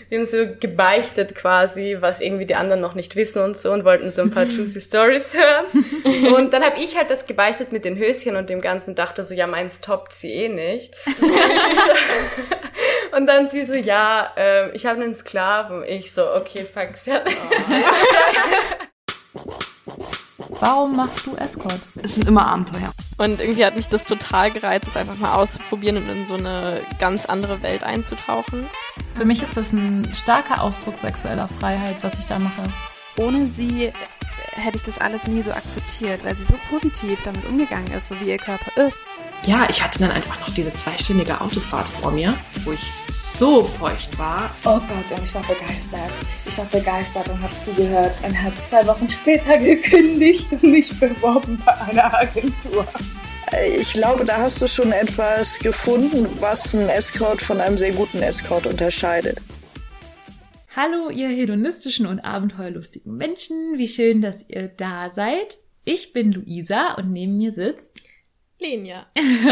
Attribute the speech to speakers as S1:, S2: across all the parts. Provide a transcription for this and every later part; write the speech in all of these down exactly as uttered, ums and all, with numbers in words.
S1: wir haben so gebeichtet quasi, was irgendwie die anderen noch nicht wissen und so und wollten so ein paar juicy Stories hören. Und dann habe ich halt das gebeichtet mit den Höschen und dem Ganzen, dachte so, ja, meins toppt sie eh nicht. Und dann sie so, ja, äh, ich habe einen Sklaven. Ich so, okay, fuck, sie hat...
S2: Warum machst du Escort?
S3: Es sind immer Abenteuer.
S4: Und irgendwie hat mich das total gereizt, es einfach mal auszuprobieren und in so eine ganz andere Welt einzutauchen.
S2: Für mich ist das ein starker Ausdruck sexueller Freiheit, was ich da mache.
S5: Ohne sie hätte ich das alles nie so akzeptiert, weil sie so positiv damit umgegangen ist, so wie ihr Körper ist.
S3: Ja, ich hatte dann einfach noch diese zweistündige Autofahrt vor mir, wo ich so feucht war.
S6: Oh Gott, und ich war begeistert. Ich war begeistert und habe zugehört und habe zwei Wochen später gekündigt und mich beworben bei einer Agentur.
S7: Ich glaube, da hast du schon etwas gefunden, was einen Escort von einem sehr guten Escort unterscheidet.
S2: Hallo, ihr hedonistischen und abenteuerlustigen Menschen. Wie schön, dass ihr da seid. Ich bin Luisa und neben mir sitzt
S4: Lenia.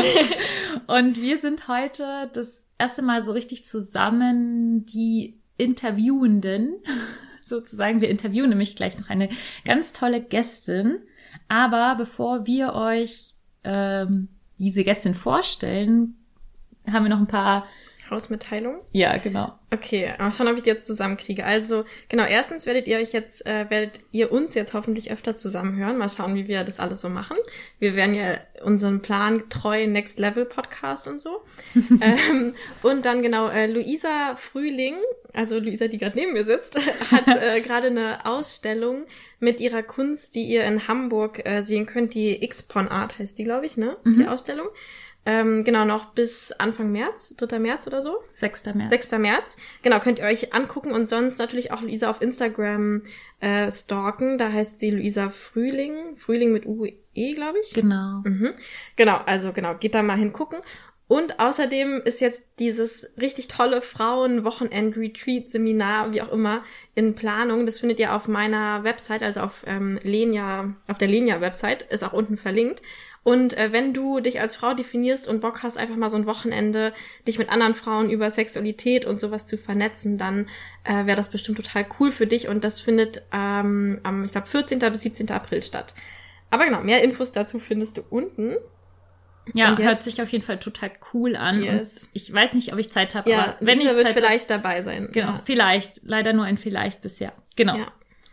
S2: Und wir sind heute das erste Mal so richtig zusammen die Interviewenden, sozusagen. Wir interviewen nämlich gleich noch eine ganz tolle Gästin. Aber bevor wir euch ähm, diese Gästin vorstellen, haben wir noch ein paar
S4: Hausmitteilung?
S2: Ja, genau.
S4: Okay, mal schauen, ob ich die jetzt zusammenkriege. Also, genau, erstens werdet ihr euch jetzt, äh, werdet ihr uns jetzt hoffentlich öfter zusammenhören. Mal schauen, wie wir das alles so machen. Wir werden ja unseren Plan treu Next Level Podcast und so. ähm, und dann genau, äh, Luisa Frühling, also Luisa, die gerade neben mir sitzt, hat äh, gerade eine Ausstellung mit ihrer Kunst, die ihr in Hamburg äh, sehen könnt. Die X-Pon Art heißt die, glaube ich, ne? Mhm. Die Ausstellung. Ähm, genau, noch bis Anfang März, dritter März oder so.
S2: sechster März.
S4: sechster März. Genau, könnt ihr euch angucken und sonst natürlich auch Luisa auf Instagram äh, stalken. Da heißt sie Luisa Frühling. Frühling mit U E, glaube ich.
S2: Genau.
S4: Mhm. Genau, also genau, geht da mal hingucken. Und außerdem ist jetzt dieses richtig tolle Frauen-Wochenend-Retreat-Seminar, wie auch immer, in Planung. Das findet ihr auf meiner Website, also auf ähm, Lenia, auf der Lenia-Website, ist auch unten verlinkt. Und äh, wenn du dich als Frau definierst und Bock hast, einfach mal so ein Wochenende dich mit anderen Frauen über Sexualität und sowas zu vernetzen, dann äh, wäre das bestimmt total cool für dich. Und das findet ähm, am, ich glaube, vierzehnten bis siebzehnten April statt. Aber genau, mehr Infos dazu findest du unten.
S2: Ja, hört sich auf jeden Fall total cool an.
S4: Yes.
S2: Und ich weiß nicht, ob ich Zeit habe,
S4: ja,
S2: aber wenn
S4: Lisa
S2: ich
S4: wird
S2: Zeit
S4: vielleicht
S2: hab,
S4: dabei sein.
S2: Genau,
S4: ja.
S2: vielleicht. Leider nur ein Vielleicht bisher. Genau.
S4: Ja.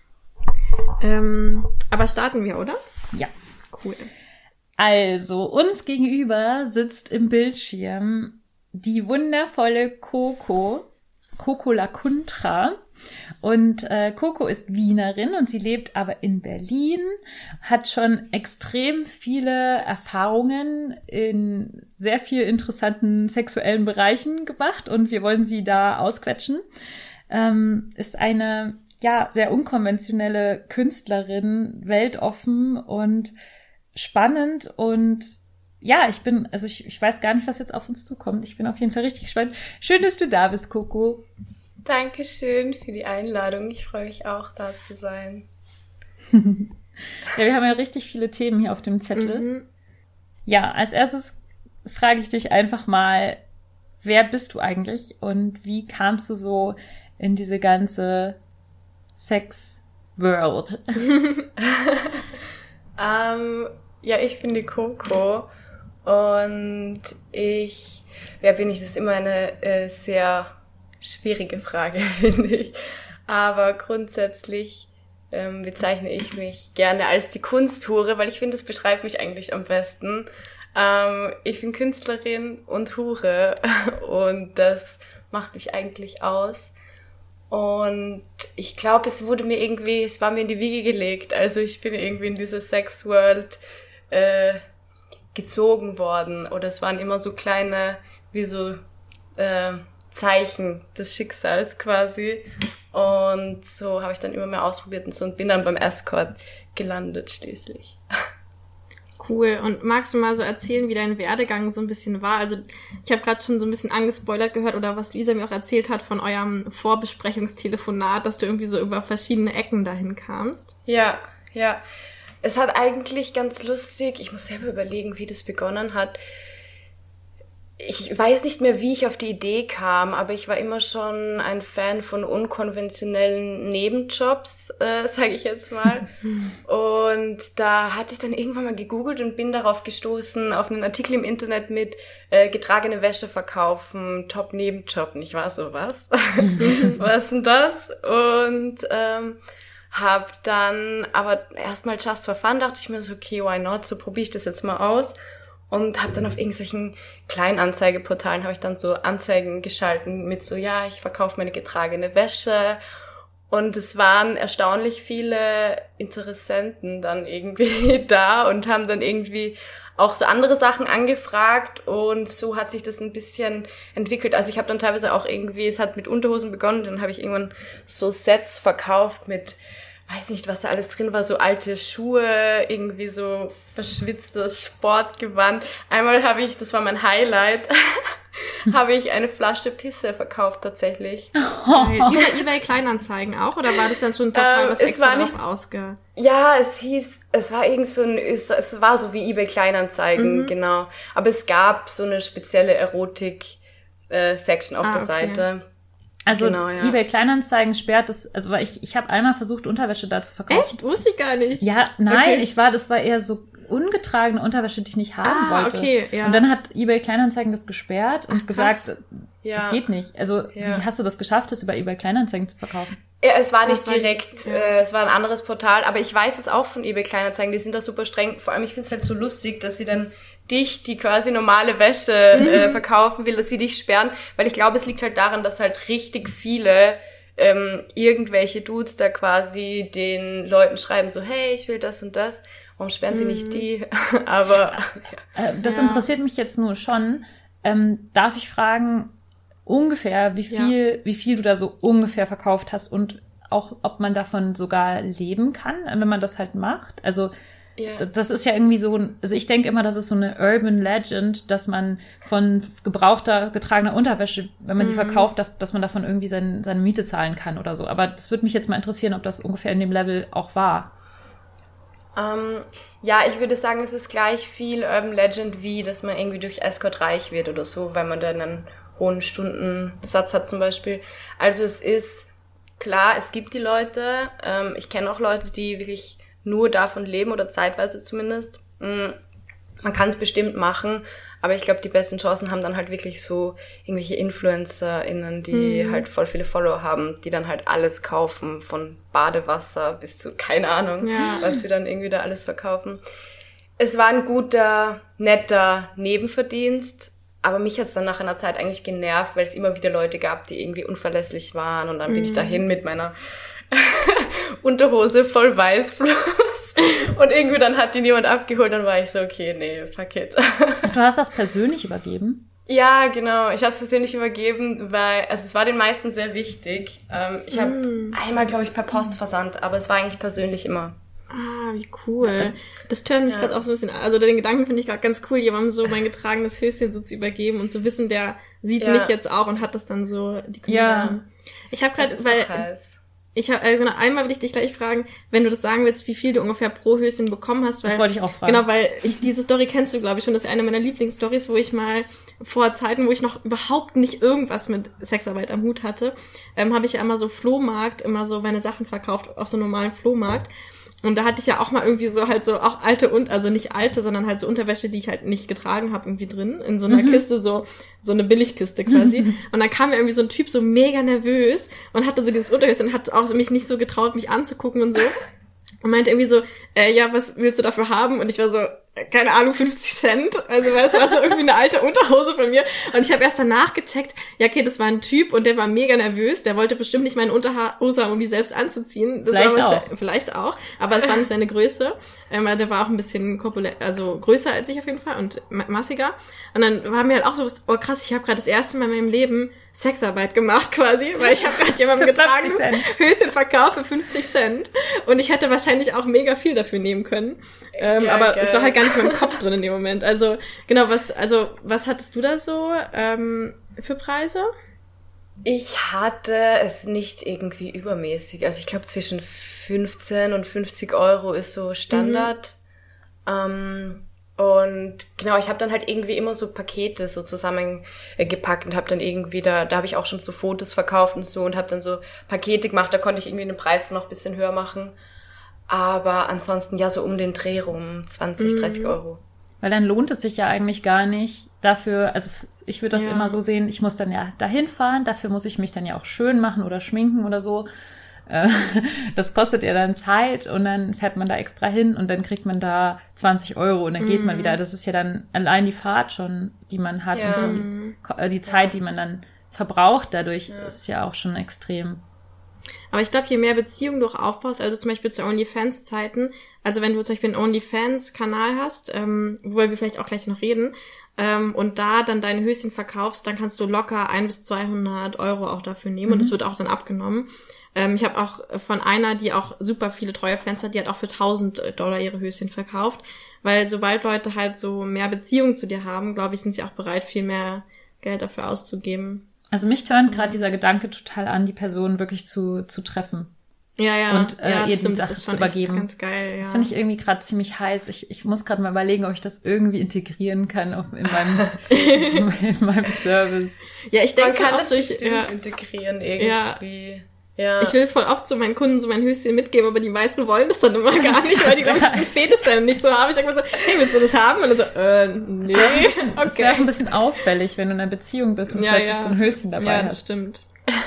S4: Ähm, aber starten wir, oder?
S2: Ja.
S4: Cool.
S2: Also, uns gegenüber sitzt im Bildschirm die wundervolle Coco, Coco Lacuntra. Und äh, Coco ist Wienerin und sie lebt aber in Berlin, hat schon extrem viele Erfahrungen in sehr viel interessanten sexuellen Bereichen gemacht und wir wollen sie da ausquetschen. Ähm, ist eine ja sehr unkonventionelle Künstlerin, weltoffen und spannend und ja, ich bin, also ich, ich weiß gar nicht, was jetzt auf uns zukommt. Ich bin auf jeden Fall richtig gespannt. Schön, dass du da bist, Coco.
S1: Dankeschön für die Einladung. Ich freue mich auch, da zu sein.
S2: Ja, wir haben ja richtig viele Themen hier auf dem Zettel. Mhm. Ja, als erstes frage ich dich einfach mal, wer bist du eigentlich und wie kamst du so in diese ganze Sex-World?
S1: ähm, ja, ich bin die Coco und ich, wer bin ich? Das ist immer eine äh, sehr schwierige Frage, finde ich. Aber grundsätzlich ähm, bezeichne ich mich gerne als die Kunsthure, weil ich finde, das beschreibt mich eigentlich am besten. Ähm, ich bin Künstlerin und Hure und das macht mich eigentlich aus. Und ich glaube, es wurde mir irgendwie, es war mir in die Wiege gelegt. Also ich bin irgendwie in diese Sex-World äh, gezogen worden. Oder es waren immer so kleine, wie so äh, Zeichen des Schicksals quasi. Und so habe ich dann immer mehr ausprobiert und so und bin dann beim Escort gelandet schließlich.
S4: Cool. Und magst du mal so erzählen, wie dein Werdegang so ein bisschen war? Also ich habe gerade schon so ein bisschen angespoilert gehört oder was Lisa mir auch erzählt hat von eurem Vorbesprechungstelefonat, dass du irgendwie so über verschiedene Ecken dahin kamst.
S1: Ja, ja. Es hat eigentlich ganz lustig, ich muss selber überlegen, wie das begonnen hat. ich weiß nicht mehr, wie ich auf die Idee kam, aber ich war immer schon ein Fan von unkonventionellen Nebenjobs, äh, sage ich jetzt mal. Und da hatte ich dann irgendwann mal gegoogelt und bin darauf gestoßen, auf einen Artikel im Internet mit äh, getragene Wäsche verkaufen, Top-Nebenjob. Und ich war so, was? Was ist denn das? Und ähm, hab dann aber erstmal just for fun, dachte ich mir so, okay, why not? So probiere ich das jetzt mal aus. Und habe dann auf irgendwelchen Kleinanzeigeportalen habe ich dann so Anzeigen geschalten mit so, ja, ich verkaufe meine getragene Wäsche. Und es waren erstaunlich viele Interessenten dann irgendwie da und haben dann irgendwie auch so andere Sachen angefragt. Und so hat sich das ein bisschen entwickelt. Also ich habe dann teilweise auch irgendwie, es hat mit Unterhosen begonnen, dann habe ich irgendwann so Sets verkauft mit, weiß nicht, was da alles drin war, so alte Schuhe, irgendwie so verschwitztes Sportgewand. Einmal habe ich, das war mein Highlight, habe ich eine Flasche Pisse verkauft tatsächlich.
S4: Oh. Über eBay Kleinanzeigen auch? Oder war das dann schon ein Portal, was ähm, extra
S1: war nicht,
S4: drauf ausge...
S1: Ja, es hieß, es war irgend so ein, es war so wie eBay Kleinanzeigen, mhm. genau. Aber es gab so eine spezielle Erotik-Section auf
S4: ah,
S1: der
S4: okay.
S1: Seite.
S2: Also
S1: genau, ja.
S2: eBay Kleinanzeigen sperrt das, also weil ich ich habe einmal versucht, Unterwäsche da zu verkaufen.
S4: Echt? Wusste ich gar nicht.
S2: Ja, nein,
S4: okay.
S2: ich war, das war eher so ungetragene Unterwäsche, die ich nicht haben
S4: ah,
S2: wollte.
S4: Okay, ja.
S2: Und dann hat eBay Kleinanzeigen das gesperrt und
S4: Ach,
S2: gesagt,
S1: ja.
S2: das geht nicht. Also
S1: ja.
S2: wie hast du das geschafft, das über eBay Kleinanzeigen zu verkaufen?
S1: Ja, es war nicht
S4: war
S1: direkt,
S4: nicht, ja.
S1: äh, es war ein anderes Portal, aber ich weiß es auch von eBay Kleinanzeigen, die sind da super streng. Vor allem, ich finde es halt so lustig, dass sie dann dich, die quasi normale Wäsche äh, verkaufen will, dass sie dich sperren, weil ich glaube, es liegt halt daran, dass halt richtig viele ähm, irgendwelche Dudes da quasi den Leuten schreiben, so, hey, ich will das und das, warum sperren sie nicht die? Aber
S2: äh, das
S4: ja.
S2: interessiert mich jetzt nur schon. Ähm, darf ich fragen, ungefähr, wie viel, ja. wie viel du da so ungefähr verkauft hast und auch, ob man davon sogar leben kann, wenn man das halt macht? Also
S1: ja.
S2: das ist ja irgendwie so, also ich denke immer, das ist so eine Urban Legend, dass man von gebrauchter, getragener Unterwäsche, wenn man die mhm. verkauft, dass man davon irgendwie sein, seine Miete zahlen kann oder so. Aber das würde mich jetzt mal interessieren, ob das ungefähr in dem Level auch war.
S1: Ähm, ja, ich würde sagen, es ist gleich viel Urban Legend, wie dass man irgendwie durch Escort reich wird oder so, weil man dann einen hohen Stundensatz hat zum Beispiel. Also es ist klar, es gibt die Leute, ähm, ich kenne auch Leute, die wirklich nur davon leben oder zeitweise zumindest. Man kann es bestimmt machen, aber ich glaube, die besten Chancen haben dann halt wirklich so irgendwelche InfluencerInnen, die mhm. halt voll viele Follower haben, die dann halt alles kaufen, von Badewasser bis zu, keine Ahnung, ja. was die dann irgendwie da alles verkaufen. Es war ein guter, netter Nebenverdienst, aber mich hat's dann nach einer Zeit eigentlich genervt, weil es immer wieder Leute gab, die irgendwie unverlässlich waren und dann bin mhm. ich dahin mit meiner Unterhose voll Weißfluss und irgendwie dann hat die niemand abgeholt, dann war ich so, okay, nee, fuck it.
S2: Du hast das persönlich übergeben?
S1: Ja, genau, ich habe es persönlich übergeben, weil, also es war den meisten sehr wichtig. Ähm, ich habe mm. einmal, glaube ich, per Post versandt, aber es war eigentlich persönlich immer.
S4: Ah, wie cool. Das tönt mich ja. gerade auch so ein bisschen, also den Gedanken finde ich gerade ganz cool, jemandem so mein getragenes Höschen so zu übergeben und zu wissen, der sieht ja. mich jetzt auch und hat das dann so, die Connection. Ja. Ich habe gerade, weil... Ich habe also einmal will ich dich gleich fragen, wenn du das sagen willst, wie viel du ungefähr pro Höschen bekommen hast. Weil,
S2: das wollte ich auch fragen.
S4: Genau, weil ich, diese Story kennst du, glaube ich, schon. Das ist eine meiner Lieblingsstories, wo ich mal vor Zeiten, wo ich noch überhaupt nicht irgendwas mit Sexarbeit am Hut hatte, ähm, habe ich einmal so Flohmarkt, immer so meine Sachen verkauft auf so einem normalen Flohmarkt. Und da hatte ich ja auch mal irgendwie so halt so auch alte und also nicht alte, sondern halt so Unterwäsche, die ich halt nicht getragen habe, irgendwie drin in so einer mhm. Kiste, so so eine Billigkiste quasi. Mhm. Und dann kam mir irgendwie so ein Typ so mega nervös und hatte so dieses Unterhöschen und hat auch mich nicht so getraut, mich anzugucken und so. Und meinte irgendwie so, äh, ja, was willst du dafür haben? Und ich war so, keine Ahnung, fünfzig Cent. Also weil es war so irgendwie eine alte Unterhose von mir. Und ich habe erst danach gecheckt, ja okay, das war ein Typ und der war mega nervös. Der wollte bestimmt nicht meine Unterhose haben, um die selbst anzuziehen. Das
S2: vielleicht
S4: war
S2: auch.
S4: Vielleicht auch. Aber es war nicht seine Größe. Ähm, der war auch ein bisschen korpulent, also größer als ich auf jeden Fall und massiger. Und dann war mir halt auch so, oh krass, ich habe gerade das erste Mal in meinem Leben Sexarbeit gemacht quasi, weil ich habe gerade jemandem getragenes Höschen verkauft für fünfzig Cent. Und ich hätte wahrscheinlich auch mega viel dafür nehmen können. Ähm, ja, aber geil. Es war halt gar nicht in meinem Kopf drin in dem Moment. Also genau, was also was hattest du da so ähm, für Preise?
S1: Ich hatte es nicht irgendwie übermäßig. Also ich glaube zwischen fünfzehn und fünfzig Euro ist so Standard. Mhm. Ähm, Und genau, ich habe dann halt irgendwie immer so Pakete so zusammengepackt und habe dann irgendwie, da da habe ich auch schon so Fotos verkauft und so und habe dann so Pakete gemacht, da konnte ich irgendwie den Preis noch ein bisschen höher machen. Aber ansonsten ja so um den Dreh rum, zwanzig, dreißig Euro.
S2: Weil dann lohnt es sich ja eigentlich gar nicht dafür, also ich würde das
S4: Ja.
S2: immer so sehen, ich muss dann ja dahin fahren, dafür muss ich mich dann ja auch schön machen oder schminken oder so. Äh, Das kostet ja dann Zeit und dann fährt man da extra hin und dann kriegt man da zwanzig Euro und dann geht man wieder. Das ist ja dann allein die Fahrt schon, die man hat
S1: Ja.
S2: und die, äh, die Zeit, die man dann verbraucht dadurch, ist ja auch schon extrem.
S4: Aber ich glaube, je mehr Beziehungen du auch aufbaust, also zum Beispiel zu OnlyFans-Zeiten, also wenn du zum Beispiel einen OnlyFans-Kanal hast, ähm, worüber wir vielleicht auch gleich noch reden, ähm, und da dann deine Höschen verkaufst, dann kannst du locker ein bis zweihundert Euro auch dafür nehmen und das wird auch dann abgenommen. Ähm, ich habe auch von einer, die auch super viele treue Fans hat, die hat auch für tausend Dollar ihre Höschen verkauft, weil sobald Leute halt so mehr Beziehungen zu dir haben, glaube ich, sind sie auch bereit, viel mehr Geld dafür auszugeben.
S2: Also mich turnt gerade dieser Gedanke total an, die Person wirklich zu, zu treffen.
S4: Ja, ja.
S2: Und, äh,
S4: ja,
S2: ihr die
S4: stimmt, das
S2: Sache
S4: ist
S2: zu
S4: schon
S2: übergeben.
S4: echt ganz geil, ja.
S2: Das finde ich irgendwie gerade ziemlich heiß. Ich, ich muss gerade mal überlegen, ob ich das irgendwie integrieren kann auf, in, meinem, in meinem Service.
S4: Ja, ich
S1: Man
S4: denke
S1: kann
S4: auch
S1: das
S4: so, ich,
S1: bestimmt
S4: ja,
S1: integrieren irgendwie. Ja.
S4: ich will voll oft so meinen Kunden so mein Höschen mitgeben, aber die meisten wollen das dann immer gar nicht, weil die, glaube ich, diesen Fetisch dann nicht so haben. Ich sag mal so, hey, willst du das haben? Und dann so, äh, nee,
S2: Es wäre auch
S4: okay.
S2: ein bisschen auffällig, wenn du in einer Beziehung bist und
S4: Ja,
S2: plötzlich
S4: ja.
S2: so ein Höschen dabei
S4: Ja, das
S2: hast.
S4: stimmt.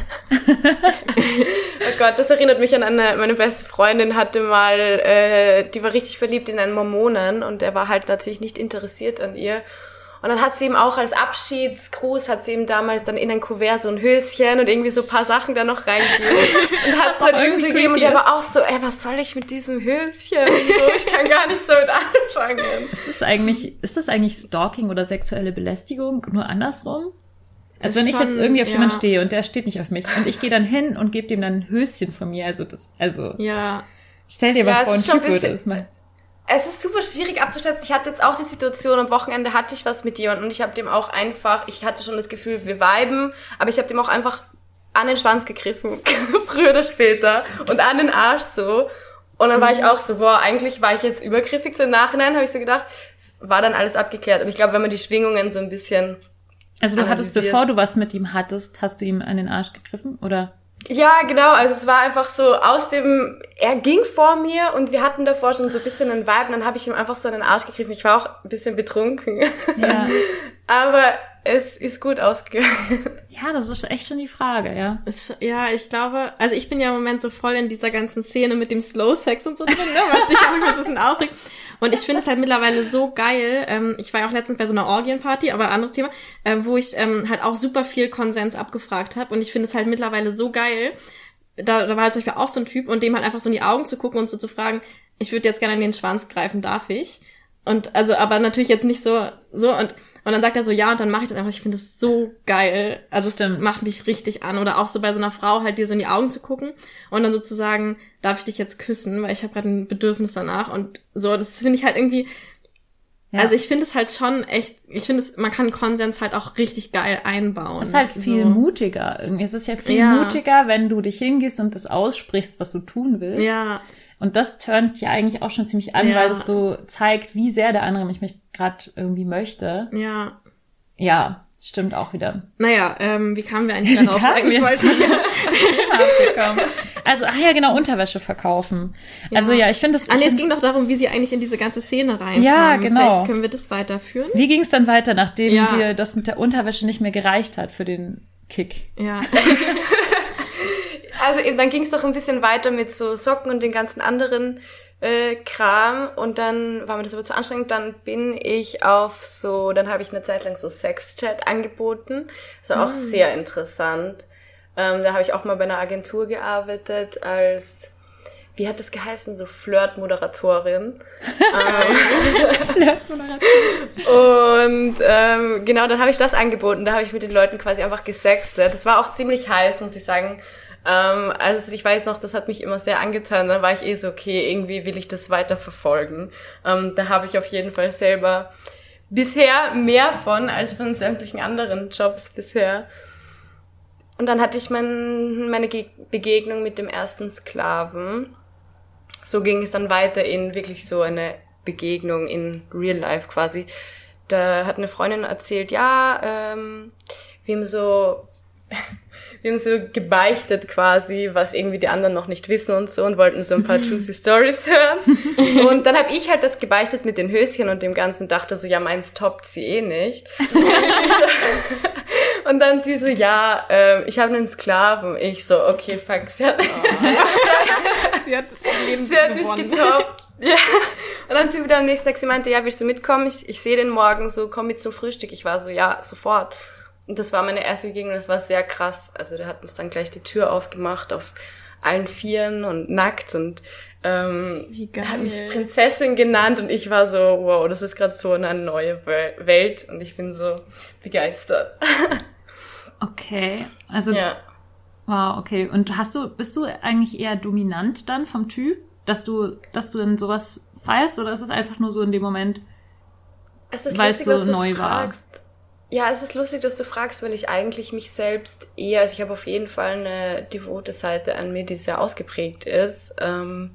S1: Oh Gott, das erinnert mich an eine, meine beste Freundin hatte mal, äh, die war richtig verliebt in einen Mormonen und der war halt natürlich nicht interessiert an ihr. Und dann hat sie ihm auch als Abschiedsgruß, hat sie ihm damals dann in ein Kuvert so ein Höschen und irgendwie so ein paar Sachen da noch reingegeben. Und hat es dann ihm so gegeben und der war auch so, ey, was soll ich mit diesem Höschen? Und so, ich kann gar nicht so mit anfangen.
S2: Ist das eigentlich, ist das eigentlich Stalking oder sexuelle Belästigung? Nur andersrum? Also
S4: Ist
S2: wenn ich
S4: schon,
S2: jetzt irgendwie auf
S4: ja.
S2: jemanden stehe und der steht nicht auf mich und ich gehe dann hin und gebe dem dann ein Höschen von mir, also das, also
S4: Ja.
S2: stell dir
S1: Ja,
S2: mal
S1: es
S2: vor, ein
S1: ist schon
S2: Typ
S1: ein
S2: würde
S1: bisschen-
S2: es mal.
S1: Es ist super schwierig abzuschätzen. Ich hatte jetzt auch die Situation, am Wochenende hatte ich was mit jemandem und ich habe dem auch einfach, ich hatte schon das Gefühl, wir viben, aber ich habe dem auch einfach an den Schwanz gegriffen, früher oder später, und an den Arsch so. Und dann war ich auch so, boah, eigentlich war ich jetzt übergriffig. So im Nachhinein habe ich so gedacht, es war dann alles abgeklärt. Aber ich glaube, wenn man die Schwingungen so ein bisschen...
S2: Also du hattest,
S1: analysiert.
S2: bevor du was mit ihm hattest, hast du ihm an den Arsch gegriffen, oder?
S1: Ja, genau, also es war einfach so aus dem, er ging vor mir und wir hatten davor schon so ein bisschen einen Vibe und dann habe ich ihm einfach so an den Arsch gegriffen. Ich war auch ein bisschen betrunken.
S2: Ja.
S1: Aber es ist gut ausgegangen.
S2: Ja, das ist echt schon die Frage, ja.
S4: Es, ja, ich glaube, also ich bin ja im Moment so voll in dieser ganzen Szene mit dem Slow Sex und so drin, ne, was sich manchmal so ein bisschen aufregt. Und ich finde es halt mittlerweile so geil. Ähm, ich war ja auch letztens bei so einer Orgienparty, aber ein anderes Thema, äh, wo ich ähm, halt auch super viel Konsens abgefragt habe. Und ich finde es halt mittlerweile so geil. Da, da war halt zum Beispiel auch so ein Typ und dem halt einfach so in die Augen zu gucken und so zu fragen, ich würde jetzt gerne in den Schwanz greifen, darf ich? Und also, aber natürlich jetzt nicht so, so und und dann sagt er so, ja, und dann mache ich das einfach. Ich finde das so geil. Also es
S2: Stimmt.
S4: macht mich richtig an. Oder auch so bei so einer Frau halt dir so in die Augen zu gucken und dann sozusagen, darf ich dich jetzt küssen, weil ich habe gerade ein Bedürfnis danach. Und so, das finde ich halt irgendwie,
S2: Ja.
S4: also ich finde es halt schon echt, ich finde es, man kann Konsens halt auch richtig geil einbauen.
S2: Es ist halt viel
S4: so.
S2: mutiger. Irgendwie. Es ist ja viel
S4: Ja.
S2: mutiger, wenn du dich hingehst und das aussprichst, was du tun willst.
S4: Ja,
S2: Und das turnt ja eigentlich auch schon ziemlich an,
S4: Ja.
S2: weil das so zeigt, wie sehr der andere mich, mich gerade irgendwie möchte.
S4: ja.
S2: Ja, stimmt auch wieder.
S4: Naja, ähm, wie kamen wir eigentlich
S2: Wie
S4: darauf?
S2: kamen
S4: Eigentlich
S2: wir
S4: wollten wir,
S2: Also, ach ja, genau, Unterwäsche verkaufen. Also ja, ich finde das...
S4: Ah,
S2: ich
S4: nee, es
S2: find's-
S4: ging doch darum, wie sie eigentlich in diese ganze Szene reinkamen.
S2: Ja, genau.
S4: Vielleicht können wir das weiterführen.
S2: Wie ging es dann weiter, nachdem
S4: Ja.
S2: dir das mit der Unterwäsche nicht mehr gereicht hat für den Kick?
S4: Ja.
S1: Also eben, dann ging es doch ein bisschen weiter mit so Socken und den ganzen anderen äh, Kram und dann war mir das aber zu anstrengend. Dann bin ich auf so, dann habe ich eine Zeit lang so Sexchat angeboten. Das war auch sehr interessant. Ähm, da habe ich auch mal bei einer Agentur gearbeitet als, wie hat das geheißen, so Flirt-Moderatorin. Und ähm, genau, dann habe ich das angeboten. Da habe ich mit den Leuten quasi einfach gesextet. Das war auch ziemlich heiß, muss ich sagen. Ähm, also ich weiß noch, das hat mich immer sehr angetan. Dann war ich eh so, okay, irgendwie will ich das weiter verfolgen. Ähm, da habe ich auf jeden Fall selber bisher mehr von als von sämtlichen anderen Jobs bisher. Und dann hatte ich mein, meine Ge- Begegnung mit dem ersten Sklaven. So ging es dann weiter in wirklich so eine Begegnung in Real Life quasi. Da hat eine Freundin erzählt, ja, ähm, wir haben so, wir haben so gebeichtet quasi, was irgendwie die anderen noch nicht wissen und so und wollten so ein paar juicy Stories hören. Und dann habe ich halt das gebeichtet mit den Höschen und dem Ganzen, dachte so, ja, meins toppt sie eh nicht. Und dann sie so, ja, ähm, ich habe einen Sklaven. Ich so, okay, fuck, sie hat,
S4: oh. sie hat,
S1: sie hat mich getoppt. Ja. Und dann sind wir wieder am nächsten Tag, sie meinte, ja, willst du mitkommen? Ich, ich sehe den morgen, so, komm mit zum Frühstück. Ich war so, ja, sofort. Und das war meine erste Begegnung, das war sehr krass. Also der hat uns dann gleich die Tür aufgemacht auf allen Vieren und nackt und ähm,
S4: Wie geil.
S1: hat mich Prinzessin genannt und ich war so, wow, das ist gerade so eine neue Welt und ich bin so begeistert.
S2: Okay, also
S1: ja.
S2: Wow, okay. Und hast du, bist du eigentlich eher dominant dann vom Typ, dass du, dass du dann sowas feierst oder ist es einfach nur so in dem Moment,
S1: es ist
S2: weil
S1: lustig,
S2: es so
S1: dass du
S2: neu
S1: fragst.
S2: war?
S1: Ja, es ist lustig, dass du fragst, weil ich eigentlich mich selbst eher, also ich habe auf jeden Fall eine devote Seite an mir, die sehr ausgeprägt ist. Ähm,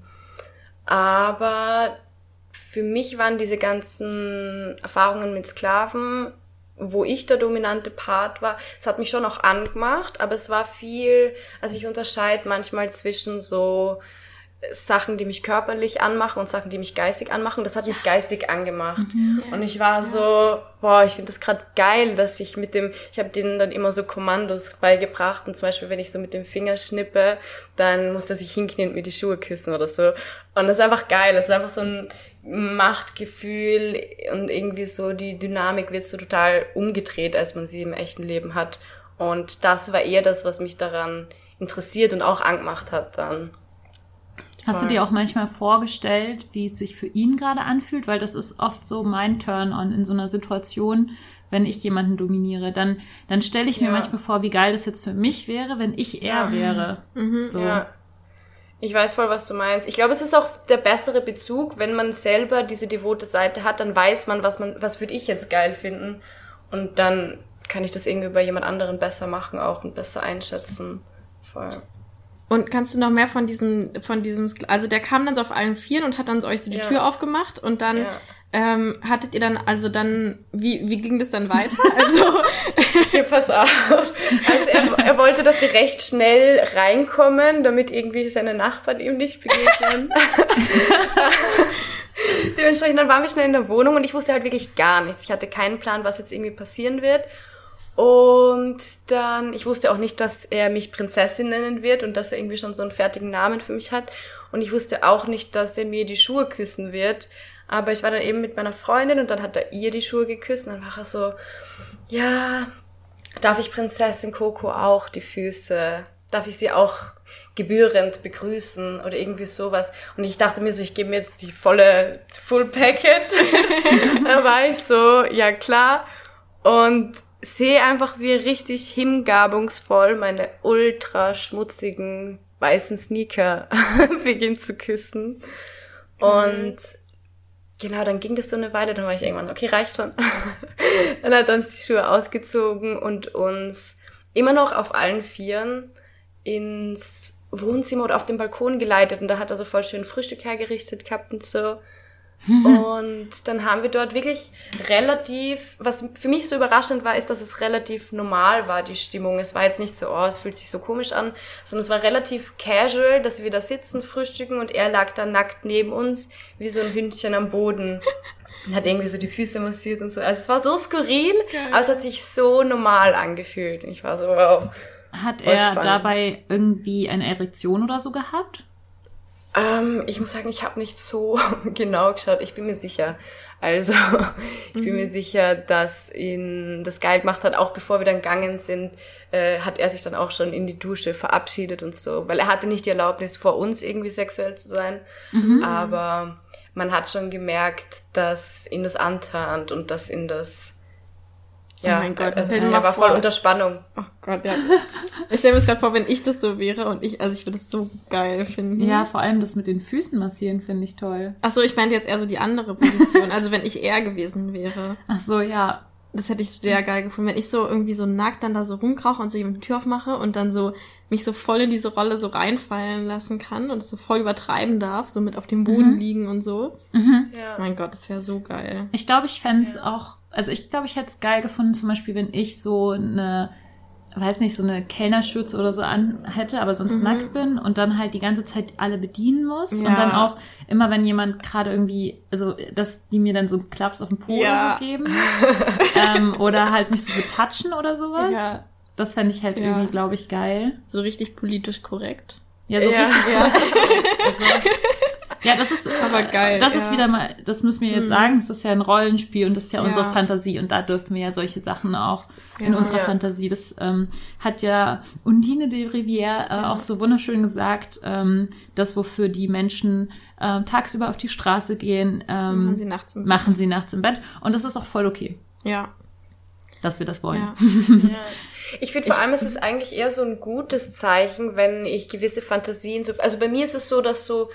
S1: aber für mich waren diese ganzen Erfahrungen mit Sklaven, wo ich der dominante Part war, es hat mich schon auch angemacht, aber es war viel, also ich unterscheide manchmal zwischen so Sachen, die mich körperlich anmachen und Sachen, die mich geistig anmachen. Das hat mich geistig angemacht. Mhm. Und ich war so, boah, ich finde das gerade geil, dass ich mit dem, ich habe denen dann immer so Kommandos beigebracht und zum Beispiel, wenn ich so mit dem Finger schnippe, dann muss er sich hinknien und mir die Schuhe küssen oder so. Und das ist einfach geil. Das ist einfach so ein Machtgefühl und irgendwie so die Dynamik wird so total umgedreht, als man sie im echten Leben hat. Und das war eher das, was mich daran interessiert und auch angemacht hat dann.
S2: Hast du dir auch manchmal vorgestellt, wie es sich für ihn gerade anfühlt? Weil das ist oft so mein Turn-on in so einer Situation, wenn ich jemanden dominiere. Dann, dann stelle ich mir
S1: ja.
S2: manchmal vor, wie geil das jetzt für mich wäre, wenn ich er ja. wäre.
S1: Mhm,
S2: so.
S1: Ja. Ich weiß voll, was du meinst. Ich glaube, es ist auch der bessere Bezug, wenn man selber diese devote Seite hat, dann weiß man, was man, was würde ich jetzt geil finden. Und dann kann ich das irgendwie bei jemand anderen besser machen auch und besser einschätzen. Voll.
S4: Und kannst du noch mehr von diesem, von diesem, also der kam dann so auf allen Vieren und hat dann so euch so die
S1: ja.
S4: Tür aufgemacht und dann
S1: ja.
S4: ähm, hattet ihr dann, also dann, wie wie ging das dann weiter? Also,
S1: ja, pass auf. Also er, er wollte, dass wir recht schnell reinkommen, damit irgendwie seine Nachbarn ihm nicht begegnen. Dementsprechend, dann waren wir schnell in der Wohnung und ich wusste halt wirklich gar nichts. Ich hatte keinen Plan, was jetzt irgendwie passieren wird. Und dann, ich wusste auch nicht, dass er mich Prinzessin nennen wird und dass er irgendwie schon so einen fertigen Namen für mich hat. Und ich wusste auch nicht, dass er mir die Schuhe küssen wird. Aber ich war dann eben mit meiner Freundin und dann hat er ihr die Schuhe geküsst. Und dann war er so, ja, darf ich Prinzessin Coco auch die Füße? Darf ich sie auch gebührend begrüßen oder irgendwie sowas? Und ich dachte mir so, ich gebe mir jetzt die volle Full Package. Da war ich so, ja klar. Und sehe einfach, wie richtig hingabungsvoll meine ultra schmutzigen weißen Sneaker beginnt zu küssen. Und genau, dann ging das so eine Weile, dann war ich irgendwann, okay, reicht schon. Dann hat er uns die Schuhe ausgezogen und uns immer noch auf allen Vieren ins Wohnzimmer oder auf den Balkon geleitet. Und da hat er so voll schön Frühstück hergerichtet gehabt und so. Und dann haben wir dort wirklich relativ, was für mich so überraschend war, ist, dass es relativ normal war, die Stimmung. Es war jetzt nicht so, oh, es fühlt sich so komisch an, sondern es war relativ casual, dass wir da sitzen, frühstücken und er lag da nackt neben uns, wie so ein Hündchen am Boden. Und hat irgendwie so die Füße massiert und so. Also es war so skurril, geil. Aber es hat sich so normal angefühlt. Und ich war so, wow.
S2: Hat er spannend. Dabei irgendwie eine Erektion oder so gehabt?
S1: Ähm, ich muss sagen, ich habe nicht so genau geschaut. Ich bin mir sicher. Also, ich bin mhm. mir sicher, dass ihn das geil gemacht hat. Auch bevor wir dann gegangen sind, äh, hat er sich dann auch schon in die Dusche verabschiedet und so. Weil er hatte nicht die Erlaubnis, vor uns irgendwie sexuell zu sein. Mhm. Aber man hat schon gemerkt, dass ihn das antörnt und dass ihn das... Ja,
S4: oh mein Gott,
S1: also er war vor. voll unter Spannung.
S4: Oh Gott, ja. Ich stelle mir das gerade vor, wenn ich das so wäre und ich, also ich würde das so geil finden.
S2: Ja, vor allem das mit den Füßen massieren finde ich toll.
S4: Ach so, ich meinte jetzt eher so die andere Position, also wenn ich er gewesen wäre.
S2: Ach so, ja.
S4: Das hätte ich sehr geil gefunden, wenn ich so irgendwie so nackt dann da so rumkrauche und so jemand die Tür aufmache und dann so mich so voll in diese Rolle so reinfallen lassen kann und es so voll übertreiben darf, so mit auf dem Boden mhm. liegen und so.
S2: Mhm.
S1: Ja.
S4: Mein Gott, das wäre so geil.
S2: Ich glaube, ich fände es
S1: Ja.
S2: auch, also ich glaube, ich hätte es geil gefunden, zum Beispiel, wenn ich so eine, weiß nicht, so eine Kellnerschürze oder so an hätte, aber sonst
S4: Mhm.
S2: nackt bin und dann halt die ganze Zeit alle bedienen muss
S4: Ja.
S2: und dann auch immer, wenn jemand gerade irgendwie, also dass die mir dann so einen Klaps auf den Po
S4: Ja.
S2: oder so geben ähm, oder halt mich so betatschen oder sowas.
S4: Ja,
S2: Das fände ich halt
S4: Ja.
S2: irgendwie, glaube ich, geil.
S4: so richtig politisch korrekt.
S2: Ja, so
S1: Ja.
S2: richtig.
S4: Ja,
S2: Also, ja, das ist
S4: aber geil.
S2: Das
S4: ja.
S2: ist wieder mal, das müssen wir jetzt
S4: Mhm.
S2: sagen, es ist ja ein Rollenspiel und das ist ja,
S4: Ja.
S2: unsere Fantasie und da dürfen wir ja solche Sachen auch in
S4: Ja.
S2: unserer
S1: Ja.
S2: Fantasie. Das ähm, hat ja Undine de Rivière äh, auch so wunderschön gesagt, ähm, das, wofür die Menschen ähm, tagsüber auf die Straße gehen, ähm,
S4: Machen sie nachts im Bett.
S2: machen sie nachts im Bett und das ist auch voll okay,
S4: Ja,
S2: dass wir das wollen.
S4: ja.
S1: Ja. Ich finde vor allem, es ist eigentlich eher so ein gutes Zeichen, wenn ich gewisse Fantasien so, also bei mir ist es so, dass so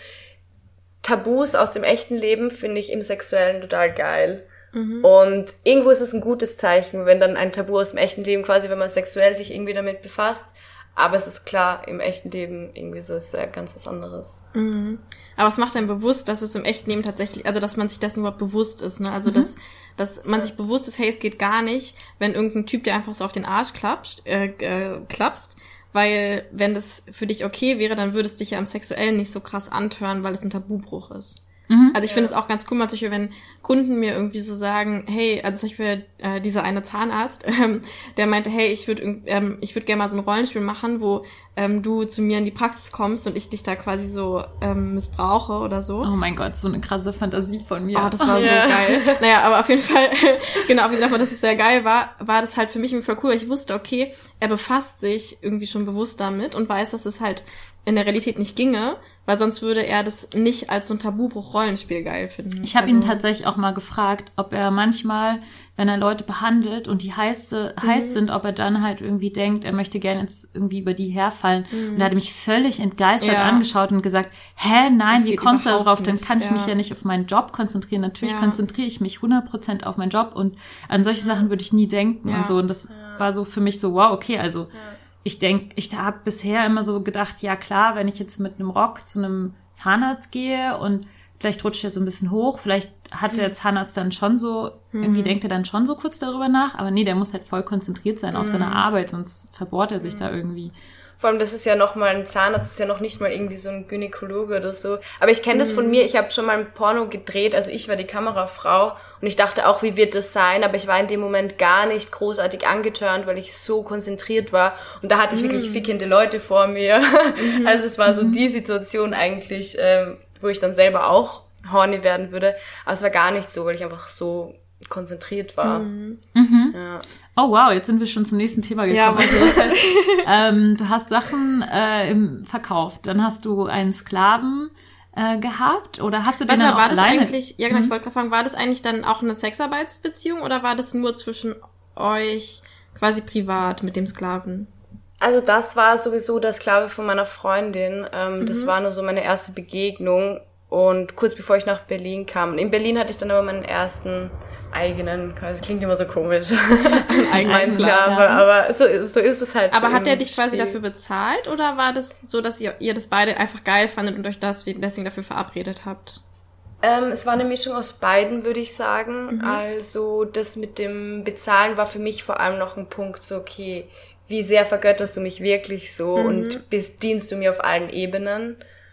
S1: Tabus aus dem echten Leben finde ich im Sexuellen total geil.
S4: Mhm.
S1: Und irgendwo ist es ein gutes Zeichen, wenn dann ein Tabu aus dem echten Leben quasi, wenn man sexuell sich irgendwie damit befasst. Aber es ist klar, im echten Leben irgendwie so ist ja ganz was anderes.
S4: Mhm. Aber es macht einem bewusst, dass es im echten Leben tatsächlich, also dass man sich dessen überhaupt bewusst ist, ne? Also dass, dass man sich bewusst ist, hey, es geht gar nicht, wenn irgendein Typ dir einfach so auf den Arsch klatscht, äh, äh, klapst, weil wenn das für dich okay wäre, dann würde es dich ja im Sexuellen nicht so krass antören, weil es ein Tabubruch ist.
S2: Mhm.
S4: Also ich finde es auch ganz cool, zum Beispiel, wenn Kunden mir irgendwie so sagen, hey, also zum Beispiel äh, dieser eine Zahnarzt, ähm, der meinte, hey, ich würde ähm, ich würde gerne mal so ein Rollenspiel machen, wo ähm, du zu mir in die Praxis kommst und ich dich da quasi so ähm, missbrauche oder so.
S2: Oh mein Gott, so eine krasse Fantasie von mir.
S4: Oh, das war
S1: Ja.
S4: so geil. Naja, aber auf jeden Fall, genau, auf jeden Fall, dass es sehr geil war, war das halt für mich irgendwie voll cool. Ich wusste, okay, er befasst sich irgendwie schon bewusst damit und weiß, dass es halt in der Realität nicht ginge, weil sonst würde er das nicht als so ein Tabubruch-Rollenspiel geil finden.
S2: Ich habe
S4: also,
S2: ihn tatsächlich auch mal gefragt, ob er manchmal, wenn er Leute behandelt und die heiß, heiß sind, ob er dann halt irgendwie denkt, er möchte gerne jetzt irgendwie über die herfallen. Und er hat mich völlig entgeistert
S4: Ja.
S2: angeschaut und gesagt, hä, nein,
S4: Das
S2: wie
S4: geht
S2: kommst du da
S4: überhaupt
S2: drauf? Dann
S4: nicht,
S2: kann ich
S4: ja.
S2: mich ja nicht auf meinen Job konzentrieren. Natürlich
S4: Ja.
S2: konzentriere ich mich hundert Prozent auf meinen Job und an solche Sachen würde ich nie denken
S4: Ja.
S2: und so. Und das war so für mich so, wow, okay, also ich denke, ich habe bisher immer so gedacht, ja klar, wenn ich jetzt mit einem Rock zu einem Zahnarzt gehe und vielleicht rutscht er so ein bisschen hoch, vielleicht hat der Zahnarzt dann schon so, irgendwie denkt er dann schon so kurz darüber nach, aber nee, der muss halt voll konzentriert sein auf seine Arbeit, sonst verbohrt er sich da irgendwie.
S1: Vor allem, das ist ja noch mal ein Zahnarzt, ist ja noch nicht mal irgendwie so ein Gynäkologe oder so. Aber ich kenne das von mir, ich habe schon mal ein Porno gedreht, also ich war die Kamerafrau und ich dachte auch, wie wird das sein? Aber ich war in dem Moment gar nicht großartig angeturnt, weil ich so konzentriert war. Und da hatte ich wirklich fickende Leute vor mir. Also es war so die Situation eigentlich, ähm, wo ich dann selber auch horny werden würde. Aber es war gar nicht so, weil ich einfach so konzentriert war.
S2: Mhm.
S1: Ja.
S2: Oh wow, jetzt sind wir schon zum nächsten Thema gekommen.
S4: Ja,
S2: also, das heißt, ähm, du hast Sachen äh, im verkauft, dann hast du einen Sklaven äh, gehabt oder hast du den
S4: Warte
S2: dann
S4: mal,
S2: auch
S4: war das
S2: alleine?
S4: eigentlich, ja genau, ich wollte gerade fragen, war das eigentlich dann auch eine Sexarbeitsbeziehung oder war das nur zwischen euch quasi privat mit dem Sklaven?
S1: Also das war sowieso der Sklave von meiner Freundin. Ähm, Das war nur so meine erste Begegnung. Und kurz bevor ich nach Berlin kam. In Berlin hatte ich dann aber meinen ersten eigenen, quasi klingt immer so komisch,
S4: eigenen
S1: Sklave,
S2: Sklaven.
S1: aber so, so ist es halt.
S4: Aber
S1: so
S4: hat der
S1: im
S4: dich quasi
S1: Spiel.
S4: dafür bezahlt oder war das so, dass ihr, ihr das beide einfach geil fandet und euch deswegen, deswegen dafür verabredet habt?
S1: Ähm, es war eine Mischung aus beiden, würde ich sagen. Also das mit dem Bezahlen war für mich vor allem noch ein Punkt, so okay, wie sehr vergötterst du mich wirklich so und bist, dienst du mir auf allen Ebenen.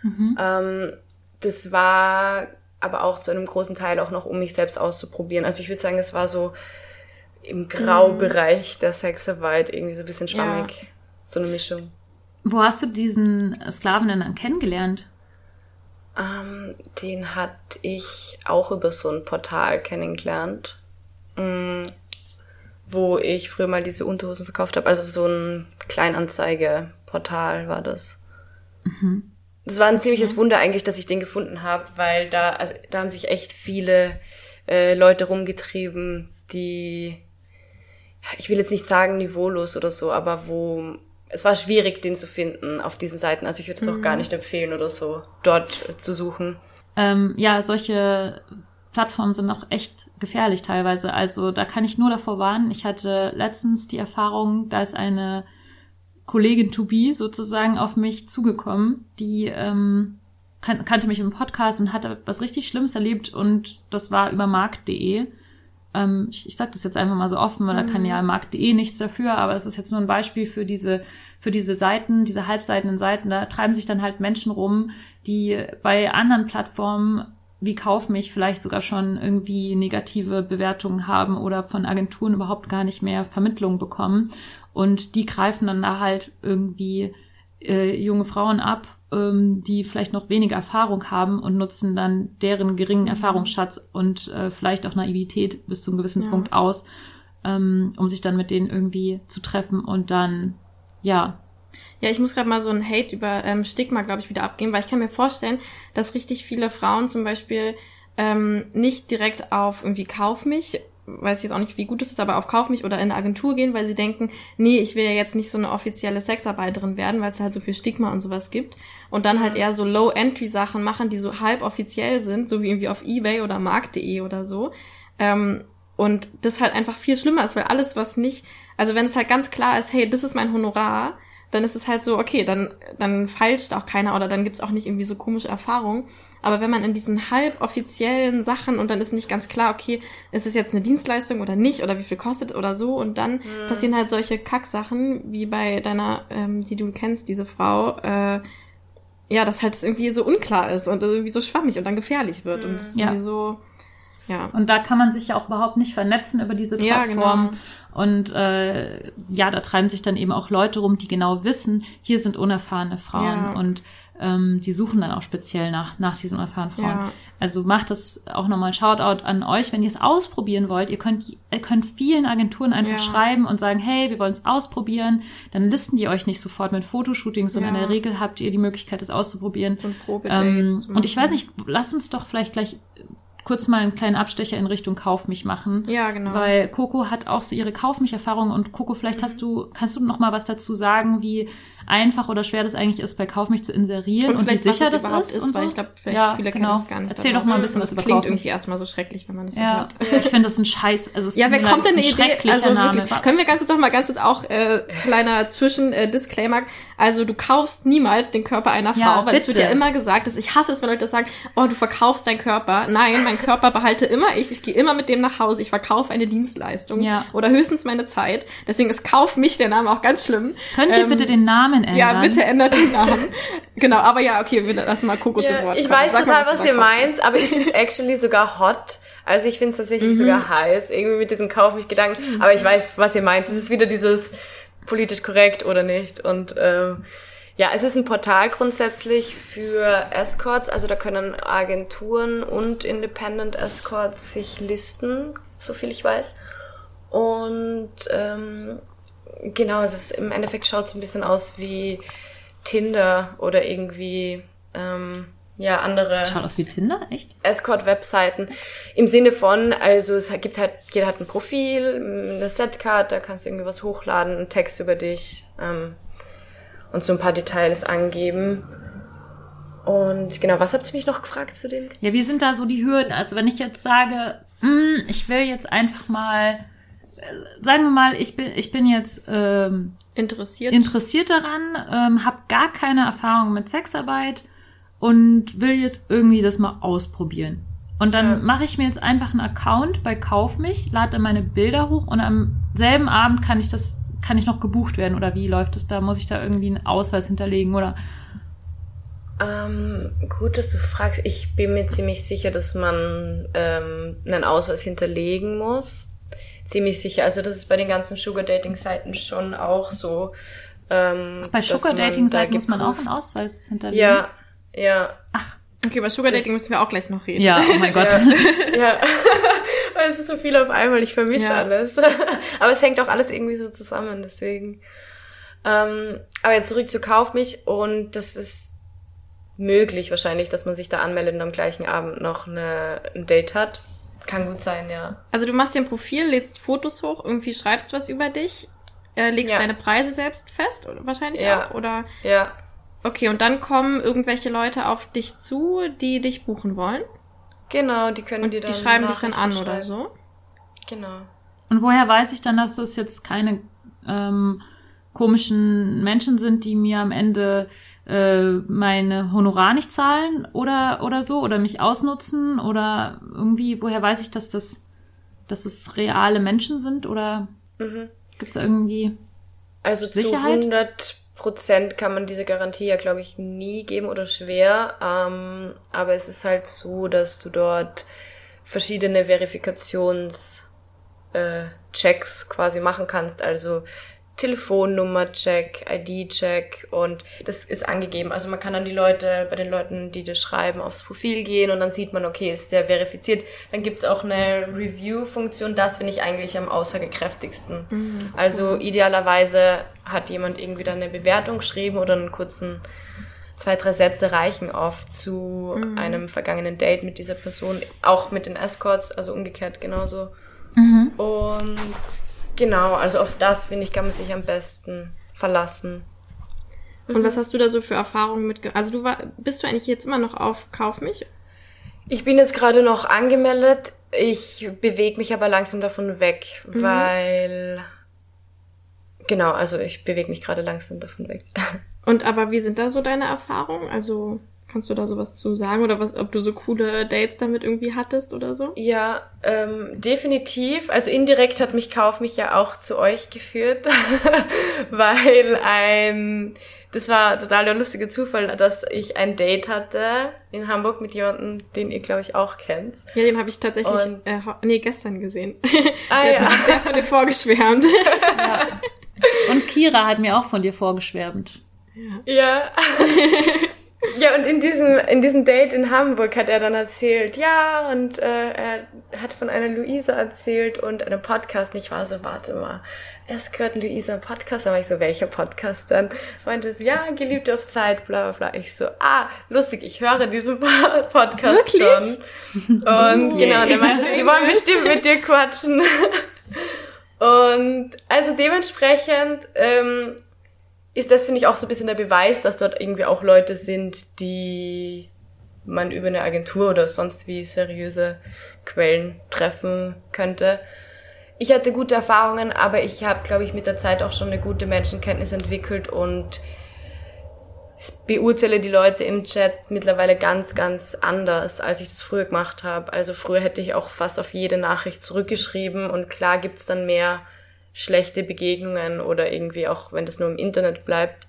S1: Ähm, das war aber auch zu einem großen Teil auch noch, um mich selbst auszuprobieren. Also ich würde sagen, es war so im Graubereich der Sexarbeit irgendwie so ein bisschen schwammig. So eine Mischung.
S2: Wo hast du diesen Sklaven denn dann kennengelernt?
S1: Ähm, den hatte ich auch über so ein Portal kennengelernt, mh, wo ich früher mal diese Unterhosen verkauft habe. Also so ein Kleinanzeigeportal war das.
S2: Mhm.
S1: Das war ein ziemliches Wunder eigentlich, dass ich den gefunden habe, weil da, also, da haben sich echt viele äh, Leute rumgetrieben, die, ich will jetzt nicht sagen niveaulos oder so, aber wo es war schwierig, den zu finden auf diesen Seiten. Also ich würde es auch gar nicht empfehlen oder so, dort äh, zu suchen.
S2: Ähm, ja, solche Plattformen sind auch echt gefährlich teilweise. Also da kann ich nur davor warnen. Ich hatte letztens die Erfahrung, da ist eine Kollegin to be sozusagen auf mich zugekommen, die ähm, kan- kannte mich im Podcast und hatte was richtig Schlimmes erlebt und das war über markt punkt de. Ähm, ich, ich sage das jetzt einfach mal so offen, weil mhm. da kann ja markt punkt de nichts dafür, aber das ist jetzt nur ein Beispiel für diese für diese Seiten, diese halbseitenden Seiten. Da treiben sich dann halt Menschen rum, die bei anderen Plattformen wie Kauf mich vielleicht sogar schon irgendwie negative Bewertungen haben oder von Agenturen überhaupt gar nicht mehr Vermittlungen bekommen. Und die greifen dann da halt irgendwie äh, junge Frauen ab, ähm, die vielleicht noch weniger Erfahrung haben und nutzen dann deren geringen mhm. Erfahrungsschatz und äh, vielleicht auch Naivität bis zu einem gewissen ja. Punkt aus, ähm, um sich dann mit denen irgendwie zu treffen und dann, ja,
S4: Ja, ich muss gerade mal so ein Hate über ähm, Stigma, glaube ich, wieder abgeben, weil ich kann mir vorstellen, dass richtig viele Frauen zum Beispiel ähm, nicht direkt auf irgendwie Kauf mich, weiß ich jetzt auch nicht, wie gut es ist, aber auf Kauf mich oder in eine Agentur gehen, weil sie denken, nee, ich will ja jetzt nicht so eine offizielle Sexarbeiterin werden, weil es halt so viel Stigma und sowas gibt. Und dann halt eher so Low-Entry-Sachen machen, die so halb offiziell sind, so wie irgendwie auf eBay oder markt punkt de oder so. Ähm, und das halt einfach viel schlimmer ist, weil alles, was nicht, also wenn es halt ganz klar ist, hey, das ist mein Honorar, dann ist es halt so, okay, dann dann feilscht auch keiner oder dann gibt's auch nicht irgendwie so komische Erfahrungen. Aber wenn man in diesen halboffiziellen Sachen und dann ist nicht ganz klar, okay, ist es jetzt eine Dienstleistung oder nicht oder wie viel kostet oder so und dann mhm. passieren halt solche Kacksachen wie bei deiner, ähm, die du kennst, diese Frau, äh, ja, dass halt das irgendwie so unklar ist und irgendwie so schwammig und dann gefährlich wird mhm. und es ist
S2: ja.
S4: irgendwie so, ja.
S2: Und da kann man sich ja auch überhaupt nicht vernetzen über diese Plattform.
S4: Ja, genau.
S2: Und äh, ja, da treiben sich dann eben auch Leute rum, die genau wissen, hier sind unerfahrene Frauen
S4: Ja.
S2: und ähm, die suchen dann auch speziell nach nach diesen unerfahrenen Frauen.
S4: Ja.
S2: Also macht das auch nochmal ein Shoutout an euch, wenn ihr es ausprobieren wollt. Ihr könnt ihr könnt vielen Agenturen einfach
S4: Ja.
S2: schreiben und sagen, hey, wir wollen es ausprobieren. Dann listen die euch nicht sofort mit Fotoshootings, sondern
S4: Ja.
S2: in der Regel habt ihr die Möglichkeit, es auszuprobieren.
S4: So ein Probedate
S2: Ähm,
S4: zu
S2: und ich
S4: machen.
S2: weiß nicht, lasst uns doch vielleicht gleich kurz mal einen kleinen Abstecher in Richtung Kauf mich machen.
S4: Ja, genau.
S2: Weil Coco hat auch so ihre Kauf mich Erfahrung und Coco, vielleicht hast du, kannst du noch mal was dazu sagen, wie einfach oder schwer das eigentlich ist, bei Kauf mich zu inserieren
S4: Und
S2: und, wie
S4: vielleicht, was
S2: sicher
S4: es
S2: das
S4: überhaupt
S2: ist,
S4: ist,
S2: und
S4: weil
S2: so?
S4: ich glaube, vielleicht
S2: Ja,
S4: viele
S2: genau.
S4: kennen das gar nicht.
S2: Erzähl doch mal ein bisschen was
S4: das
S2: über
S4: klingt
S2: Kauf mich.
S4: irgendwie erstmal so schrecklich, wenn man das so
S2: Ja,
S4: hört.
S2: ich finde das ein Scheiß. Also es
S4: Ja,
S2: tut
S4: wer
S2: mir
S4: kommt
S2: leid,
S4: denn
S2: es
S4: eine
S2: ist ein
S4: Idee?
S2: schrecklicher
S4: Also
S2: Name.
S4: wirklich, können wir ganz kurz noch mal ganz kurz auch äh, kleiner Zwischen-Disclaimer. Also du kaufst niemals den Körper einer Frau,
S2: Ja,
S4: weil es wird
S2: bitte.
S4: ja immer gesagt, dass ich hasse es, wenn Leute sagen, oh, du verkaufst deinen Körper. Nein, mein Körper behalte immer ich. Ich gehe immer mit dem nach Hause. Ich verkaufe eine Dienstleistung
S2: Ja.
S4: oder höchstens meine Zeit. Deswegen ist Kauf mich der Name auch ganz schlimm.
S2: Könnt ihr
S4: Ähm,
S2: bitte den Namen ändern?
S4: Ja, bitte ändert den Namen. Genau, aber ja, okay, wir lassen mal Coco zu
S1: Ja,
S4: Wort
S1: ich
S4: kommen.
S1: weiß
S4: Sag
S1: total,
S4: mal,
S1: was
S4: du
S1: ihr
S4: da kaufst.
S1: meint, aber ich finde es actually sogar hot. Also ich finde es tatsächlich
S4: Mhm.
S1: sogar heiß, irgendwie mit diesem Kauf mich Gedanken. Aber ich weiß, was ihr meint. Es ist wieder dieses politisch korrekt oder nicht. Und ähm, ja, es ist ein Portal grundsätzlich für Escorts. Also da können Agenturen und Independent Escorts sich listen, so viel ich weiß. Und ähm, genau, es ist, im Endeffekt schaut es ein bisschen aus wie Tinder oder irgendwie ähm, ja andere
S2: Schaut aus wie Tinder, echt?
S1: Escort-Webseiten. Im Sinne von, also es gibt halt, jeder hat ein Profil, eine Setcard, da kannst du irgendwie was hochladen, einen Text über dich ähm, und so ein paar Details angeben. Und genau, was habt ihr mich noch gefragt zu dem?
S2: Ja, wie sind da so die Hürden? Also wenn ich jetzt sage, mh, ich will jetzt einfach mal, äh, sagen wir mal, ich bin, ich bin jetzt ähm,
S4: Interessiert.
S2: interessiert daran, ähm, habe gar keine Erfahrung mit Sexarbeit und will jetzt irgendwie das mal ausprobieren. Und dann
S1: Ja.
S2: mache ich mir jetzt einfach einen Account bei Kauf mich, lade dann meine Bilder hoch und am selben Abend kann ich das, kann ich noch gebucht werden oder wie läuft das da? Muss ich da irgendwie einen Ausweis hinterlegen oder?
S1: Ähm, gut, dass du fragst. Ich bin mir ziemlich sicher, dass man ähm, einen Ausweis hinterlegen muss. Ziemlich sicher. Also das ist bei den ganzen Sugar-Dating-Seiten schon auch so. Ähm,
S2: Bei
S1: dass man
S2: Sugar-Dating-Seiten
S1: da
S2: muss man auch
S1: geprüft-
S2: einen Ausweis hinterlegen?
S1: Ja, ja.
S2: Ach,
S4: Okay, über Sugar Dating
S1: Das-
S4: müssen wir auch gleich noch reden.
S2: ja, oh mein Gott.
S1: Ja, weil es ist so viel auf einmal, ich vermische
S4: Ja.
S1: alles. Aber es hängt auch alles irgendwie so zusammen, deswegen. Ähm, aber jetzt zurück zu Kauf mich und das ist möglich wahrscheinlich, dass man sich da anmeldet und am gleichen Abend noch eine, ein Date hat. Kann gut sein, ja.
S4: Also du machst dir ein Profil, lädst Fotos hoch, irgendwie schreibst was über dich, äh, legst
S1: Ja.
S4: deine Preise selbst fest, oder wahrscheinlich
S1: Ja.
S4: auch, oder?
S1: Ja,
S4: Okay, und dann kommen irgendwelche Leute auf dich zu, die dich buchen wollen?
S1: Genau, die können
S4: Und
S1: dir dann
S4: die schreiben dich dann an
S1: Nachrichten
S4: oder
S1: schreiben.
S4: so?
S1: Genau.
S2: Und woher weiß ich dann, dass das jetzt keine ähm, komischen Menschen sind, die mir am Ende äh, meine Honorar nicht zahlen oder oder so oder mich ausnutzen oder irgendwie, woher weiß ich, dass das dass es reale Menschen sind oder
S1: Mhm.
S2: gibt es da irgendwie
S1: Also zu
S2: Sicherheit?
S1: hundert Prozent kann man diese Garantie ja, glaube ich, nie geben oder schwer. Ähm, aber es ist halt so, dass du dort verschiedene Verifikations äh, Checks quasi machen kannst. Also Telefonnummer-Check, I D-Check und das ist angegeben. Also man kann dann die Leute, bei den Leuten, die das schreiben, aufs Profil gehen und dann sieht man, okay, ist der verifiziert. Dann gibt's auch eine Review-Funktion, das finde ich eigentlich am aussagekräftigsten. Mhm, also cool. Idealerweise hat jemand irgendwie dann eine Bewertung geschrieben oder einen kurzen, zwei, drei Sätze reichen oft zu mhm. einem vergangenen Date mit dieser Person, auch mit den Escorts, also umgekehrt genauso. Mhm. Und genau, also auf das, finde ich, kann man sich am besten verlassen.
S4: Und mhm. was hast du da so für Erfahrungen mit, also du war, bist du eigentlich jetzt immer noch auf Kauf mich?
S1: Ich bin jetzt gerade noch angemeldet, ich bewege mich aber langsam davon weg, mhm. weil, genau, also ich bewege mich gerade langsam davon weg.
S4: Und aber wie sind da so deine Erfahrungen? Also kannst du da sowas zu sagen oder was, ob du so coole Dates damit irgendwie hattest oder so?
S1: Ja, ähm, definitiv. Also indirekt hat mich Kauf mich ja auch zu euch geführt, weil ein, das war total der lustige Zufall, dass ich ein Date hatte in Hamburg mit jemandem, den ihr, glaube ich, auch kennt.
S4: Ja, den habe ich tatsächlich, Und, äh, nee, gestern gesehen.
S1: Ah,
S4: der
S1: ja.
S4: hat mir sehr von dir vorgeschwärmt.
S2: Ja. Und Kira hat mir auch von dir vorgeschwärmt.
S1: Ja. Ja. Ja, und in diesem in diesem Date in Hamburg hat er dann erzählt, ja, und äh, er hat von einer Luisa erzählt und einem Podcast. Und ich war so, warte mal, es gehört Luisa ein Podcast. Da war ich so, welcher Podcast dann? Meinte sie, ja, Geliebte auf Zeit, bla bla bla. Ich so, ah, lustig, ich höre diesen Podcast
S4: Wirklich?
S1: schon. Und oh, genau, und er meinte, die wollen bestimmt mit dir quatschen. Und also dementsprechend ähm, ist das, finde ich, auch so ein bisschen der Beweis, dass dort irgendwie auch Leute sind, die man über eine Agentur oder sonst wie seriöse Quellen treffen könnte. Ich hatte gute Erfahrungen, aber ich habe, glaube ich, mit der Zeit auch schon eine gute Menschenkenntnis entwickelt und beurteile die Leute im Chat mittlerweile ganz, ganz anders, als ich das früher gemacht habe. Also früher hätte ich auch fast auf jede Nachricht zurückgeschrieben und klar gibt's dann mehr schlechte Begegnungen oder irgendwie auch, wenn das nur im Internet bleibt.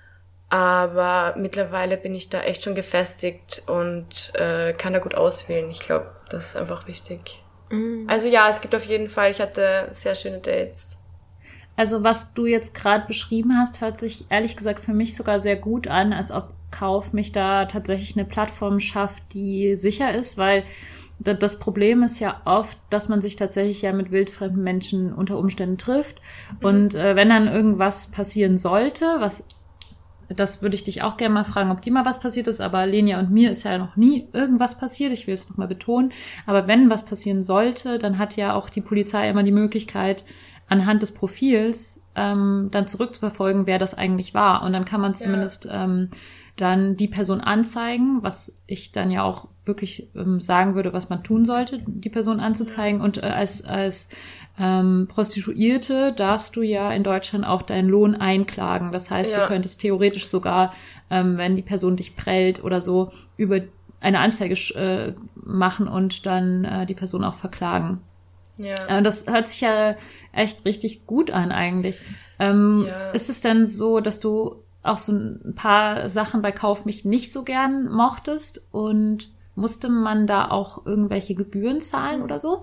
S1: Aber mittlerweile bin ich da echt schon gefestigt und äh, kann da gut auswählen. Ich glaube, das ist einfach wichtig. Mhm. Also ja, es gibt auf jeden Fall, ich hatte sehr schöne Dates.
S2: Also was du jetzt gerade beschrieben hast, hört sich ehrlich gesagt für mich sogar sehr gut an, als ob Kauf mich da tatsächlich eine Plattform schafft, die sicher ist, weil das Problem ist ja oft, dass man sich tatsächlich ja mit wildfremden Menschen unter Umständen trifft. Mhm. Und äh, wenn dann irgendwas passieren sollte, was, das würde ich dich auch gerne mal fragen, ob dir mal was passiert ist, aber Lenia und mir ist ja noch nie irgendwas passiert, ich will es nochmal betonen. Aber wenn was passieren sollte, dann hat ja auch die Polizei immer die Möglichkeit, anhand des Profils ähm, dann zurückzuverfolgen, wer das eigentlich war. Und dann kann man zumindest ja. ähm, dann die Person anzeigen, was ich dann ja auch wirklich ähm, sagen würde, was man tun sollte, die Person anzuzeigen. Ja. Und äh, als als ähm, Prostituierte darfst du ja in Deutschland auch deinen Lohn einklagen. Das heißt, ja. du könntest theoretisch sogar, ähm, wenn die Person dich prellt oder so, über eine Anzeige äh, machen und dann äh, die Person auch verklagen. Ja. Äh, das hört sich ja echt richtig gut an eigentlich. Ähm, ja. Ist es denn so, dass du auch so ein paar Sachen bei Kauf mich nicht so gern mochtest und musste man da auch irgendwelche Gebühren zahlen oder so?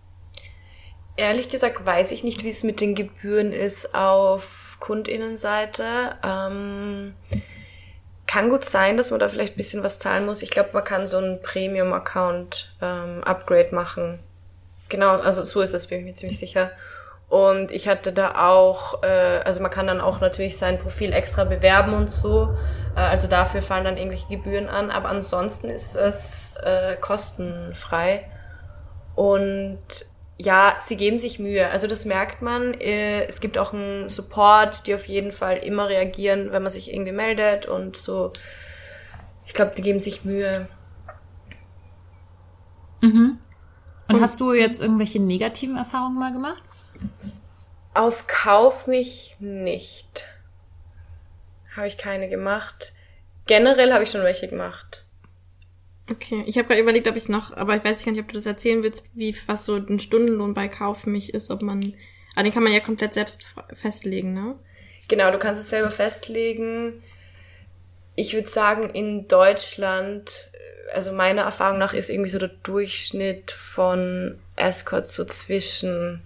S1: Ehrlich gesagt weiß ich nicht, wie es mit den Gebühren ist auf KundInnenseite. Ähm, kann gut sein, dass man da vielleicht ein bisschen was zahlen muss. Ich glaube, man kann so einen Premium-Account ähm, Upgrade machen. Genau, also so ist das, bin ich mir ziemlich sicher. Und ich hatte da auch, äh, also man kann dann auch natürlich sein Profil extra bewerben und so. Äh, also dafür fallen dann irgendwelche Gebühren an. Aber ansonsten ist es äh, kostenfrei. Und ja, sie geben sich Mühe. Also das merkt man. Äh, es gibt auch einen Support, die auf jeden Fall immer reagieren, wenn man sich irgendwie meldet und so. Ich glaube, die geben sich Mühe.
S2: Mhm. Und,
S4: Und-
S2: hast du jetzt irgendwelche negativen Erfahrungen mal gemacht?
S1: Auf Kauf mich nicht. Habe ich keine gemacht. Generell habe ich schon welche gemacht.
S4: Okay, ich habe gerade überlegt, ob ich noch, aber ich weiß gar nicht, ob du das erzählen willst, wie was so ein Stundenlohn bei Kauf mich ist, ob man, ah, den kann man ja komplett selbst f- festlegen, ne?
S1: Genau, du kannst es selber festlegen. Ich würde sagen, in Deutschland, also meiner Erfahrung nach, ist irgendwie so der Durchschnitt von Escorts so zwischen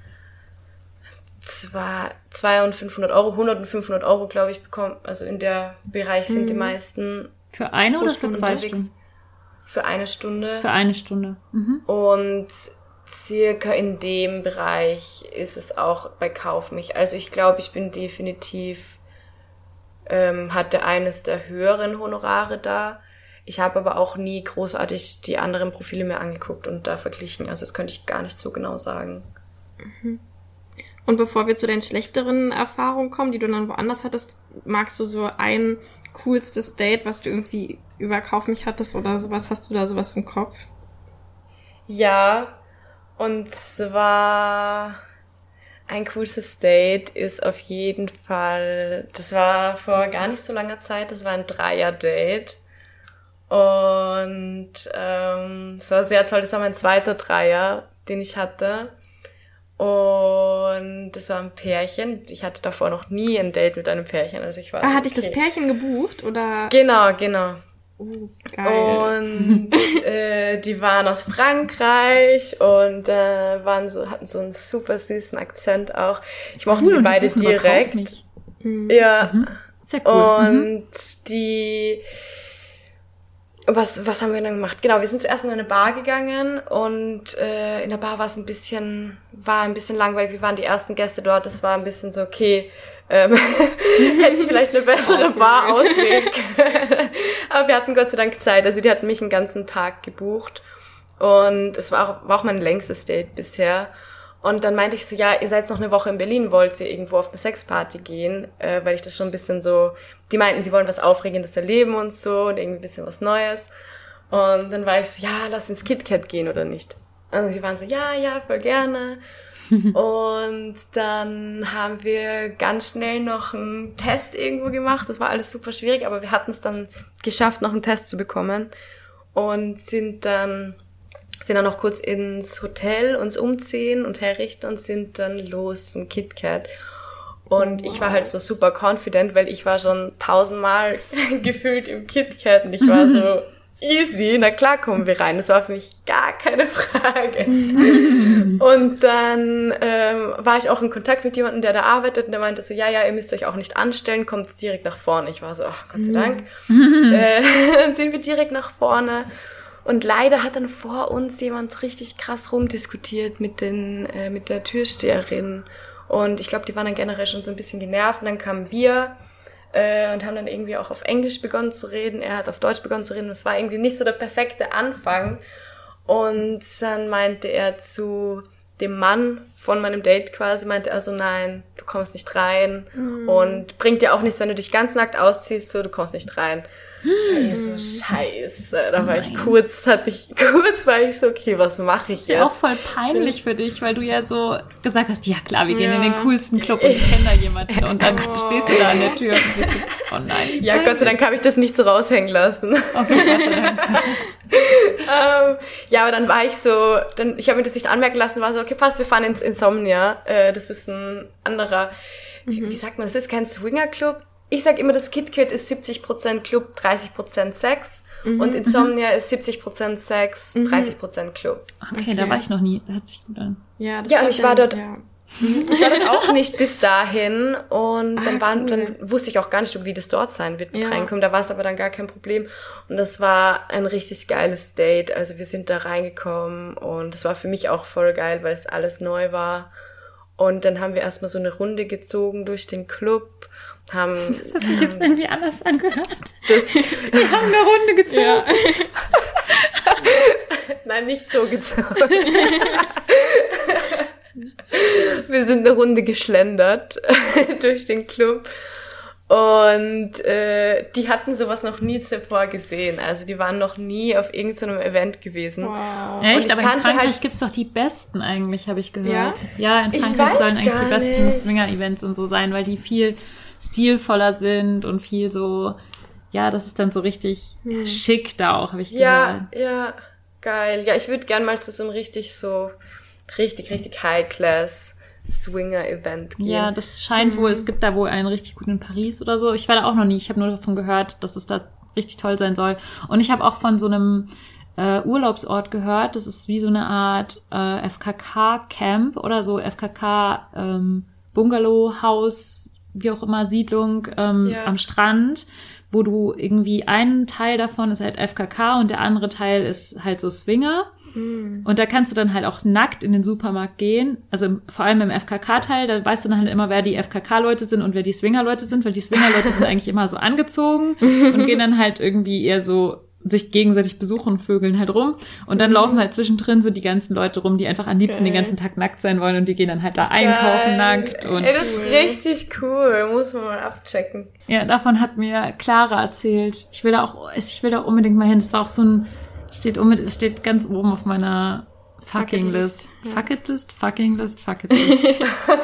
S1: zwei, zweihundert und fünfhundert Euro, hundert und fünfhundert Euro, glaube ich, bekommen. Also in der Bereich sind die meisten
S2: Für eine oder für
S1: Stunden
S2: zwei
S1: unterwegs.
S2: Stunden?
S1: Für eine Stunde.
S2: Für eine Stunde. Mhm.
S1: Und circa in dem Bereich ist es auch bei Kauf mich. Also ich glaube, ich bin definitiv, ähm, hatte eines der höheren Honorare da. Ich habe aber auch nie großartig die anderen Profile mir angeguckt und da verglichen. Also das könnte ich gar nicht so genau sagen.
S4: Und bevor wir zu deinen schlechteren Erfahrungen kommen, die du dann woanders hattest, magst du so ein coolstes Date, was du irgendwie über Kauf mich hattest oder sowas? Hast du da sowas im Kopf?
S1: Ja, und zwar ein cooles Date ist auf jeden Fall, das war vor gar nicht so langer Zeit, das war ein Dreier-Date. Und ähm, es war sehr toll, das war mein zweiter Dreier, den ich hatte. Und das war ein Pärchen. Ich hatte davor noch nie ein Date mit einem Pärchen. Also ich war
S4: Ah,
S1: so,
S4: hatte ich das
S1: okay.
S4: Pärchen gebucht oder?
S1: Genau, genau.
S4: Oh, geil.
S1: Und äh, die waren aus Frankreich und äh, waren so, hatten so einen super süßen Akzent auch. Ich mochte
S2: Cool,
S1: die
S2: und
S1: beide
S2: buchen über Kauf
S1: direkt.
S2: mich.
S1: Ja.
S2: Sehr cool. Mhm.
S1: Und die, was, was haben wir dann gemacht? Genau, wir sind zuerst in eine Bar gegangen und äh, in der Bar war es ein bisschen, war ein bisschen langweilig. Wir waren die ersten Gäste dort, das war ein bisschen so, okay, ähm, hätte ich vielleicht eine bessere Bar auswählen können. Aber wir hatten Gott sei Dank Zeit, also die hatten mich einen ganzen Tag gebucht und es war auch, war auch mein längstes Date bisher. Und dann meinte ich so, ja, ihr seid noch eine Woche in Berlin, wollt ihr irgendwo auf eine Sexparty gehen? Äh, weil ich das schon ein bisschen so, die meinten, sie wollen was Aufregendes erleben und so und irgendwie ein bisschen was Neues. Und dann war ich so, ja, lass ins KitKat gehen oder nicht? Und sie waren so, ja, ja, voll gerne. Und dann haben wir ganz schnell noch einen Test irgendwo gemacht. Das war alles super schwierig, aber wir hatten es dann geschafft, noch einen Test zu bekommen. Und sind dann... sind dann noch kurz ins Hotel uns umziehen und herrichten und sind dann los zum KitKat. Und wow. Ich war halt so super confident, weil ich war schon tausendmal gefühlt im KitKat und ich war so easy, na klar kommen wir rein. Das war für mich gar keine Frage. Und dann ähm, war ich auch in Kontakt mit jemandem, der da arbeitet und der meinte so, ja, ja, ihr müsst euch auch nicht anstellen, kommt direkt nach vorne. Ich war so, ach Gott sei Dank. äh, dann sind wir direkt nach vorne. Und leider hat dann vor uns jemand richtig krass rumdiskutiert mit den äh, mit der Türsteherin. Und ich glaube, die waren dann generell schon so ein bisschen genervt. Und dann kamen wir äh, und haben dann irgendwie auch auf Englisch begonnen zu reden. Er hat auf Deutsch begonnen zu reden. Das war irgendwie nicht so der perfekte Anfang. Und dann meinte er zu dem Mann von meinem Date quasi, meinte er so, nein, du kommst nicht rein. Mhm. Und bringt dir auch nichts, wenn du dich ganz nackt ausziehst, so, du kommst nicht rein. Ich war so, scheiße. Da war ich kurz, hatte ich, kurz war ich so, okay, was mache ich
S2: jetzt?
S1: jetzt?
S2: Ist ja auch voll peinlich für dich, weil du ja so gesagt hast, ja klar, wir gehen ja. in den coolsten Club und ich kenne da jemanden. Und dann oh. stehst du da an der Tür und bist so, oh nein.
S1: Ja, peinlich. Gott sei Dank habe ich das nicht so raushängen lassen. Okay, Gott sei Dank. ähm, ja, aber dann war ich so, dann, ich habe mir das nicht anmerken lassen, war so, okay, passt, wir fahren ins Insomnia. Äh, das ist ein anderer, mhm. wie, wie sagt man, das ist kein Swingerclub. Ich sag immer, das KitKat ist siebzig Prozent Club, dreißig Prozent Sex. Mhm, und Insomnia mhm. ist siebzig Prozent Sex, mhm. dreißig Prozent Club.
S2: Okay, okay, da war ich noch nie. Das hört sich gut an.
S1: Ja, das ja und ich dann, war dort... Ja. Ich war dort auch nicht bis dahin. Und dann, ah, waren, cool. dann wusste ich auch gar nicht, wie das dort sein wird mit ja. reinkommen. Da war es aber dann gar kein Problem. Und das war ein richtig geiles Date. Also wir sind da reingekommen. Und das war für mich auch voll geil, weil es alles neu war. Und dann haben wir erstmal so eine Runde gezogen durch den Club. Haben,
S2: das hat sich jetzt irgendwie anders angehört. Das, wir haben eine Runde gezogen. Ja.
S1: Nein, nicht so gezogen. Wir sind eine Runde geschlendert durch den Club Und äh, die hatten sowas noch nie zuvor gesehen. Also die waren noch nie auf irgendeinem Event gewesen.
S4: Wow.
S2: Echt?
S1: ich
S2: Aber in
S1: kannte
S2: Frankreich
S1: halt-
S2: gibt's doch die besten eigentlich, habe ich gehört.
S4: Ja?
S2: Ja, in
S1: Ich
S2: Frankreich
S1: weiß
S2: sollen eigentlich die
S1: gar
S2: besten
S1: nicht.
S2: Swinger-Events und so sein, weil die viel stilvoller sind und viel so, ja, das ist dann so richtig schick da auch, habe ich
S1: Ja,
S2: gehört.
S1: ja, geil. Ja, ich würde gern mal zu so einem richtig so, richtig, richtig High-Class Swinger-Event gehen.
S2: Ja, das scheint wohl, es gibt da wohl einen richtig guten in Paris oder so. Ich war da auch noch nie, ich habe nur davon gehört, dass es da richtig toll sein soll. Und ich habe auch von so einem äh, Urlaubsort gehört, das ist wie so eine Art äh, F K K-Camp oder so F K K ähm, Bungalow-Haus, wie auch immer, Siedlung ähm,
S1: Ja.
S2: am Strand, wo du irgendwie einen Teil davon ist halt F K K und der andere Teil ist halt so Swinger. Und da kannst du dann halt auch nackt in den Supermarkt gehen. Also im, vor allem im F K K-Teil, da weißt du dann halt immer, wer die F K K-Leute sind und wer die Swinger-Leute sind, weil die Swinger-Leute sind eigentlich immer so angezogen und gehen dann halt irgendwie eher so sich gegenseitig besuchen und vögeln halt rum. Und dann laufen halt zwischendrin so die ganzen Leute rum, die einfach am liebsten
S4: Geil.
S2: den ganzen Tag nackt sein wollen und die gehen dann halt da einkaufen
S1: Geil.
S2: nackt. Und
S1: Ey, das ist richtig cool. Muss man mal abchecken.
S2: ja, davon hat mir Clara erzählt. Ich will da auch, ich will da unbedingt mal hin. Das war auch so ein, steht unbedingt, es steht ganz oben auf meiner fucking List. Fuck it List, fucking List, fuck it List.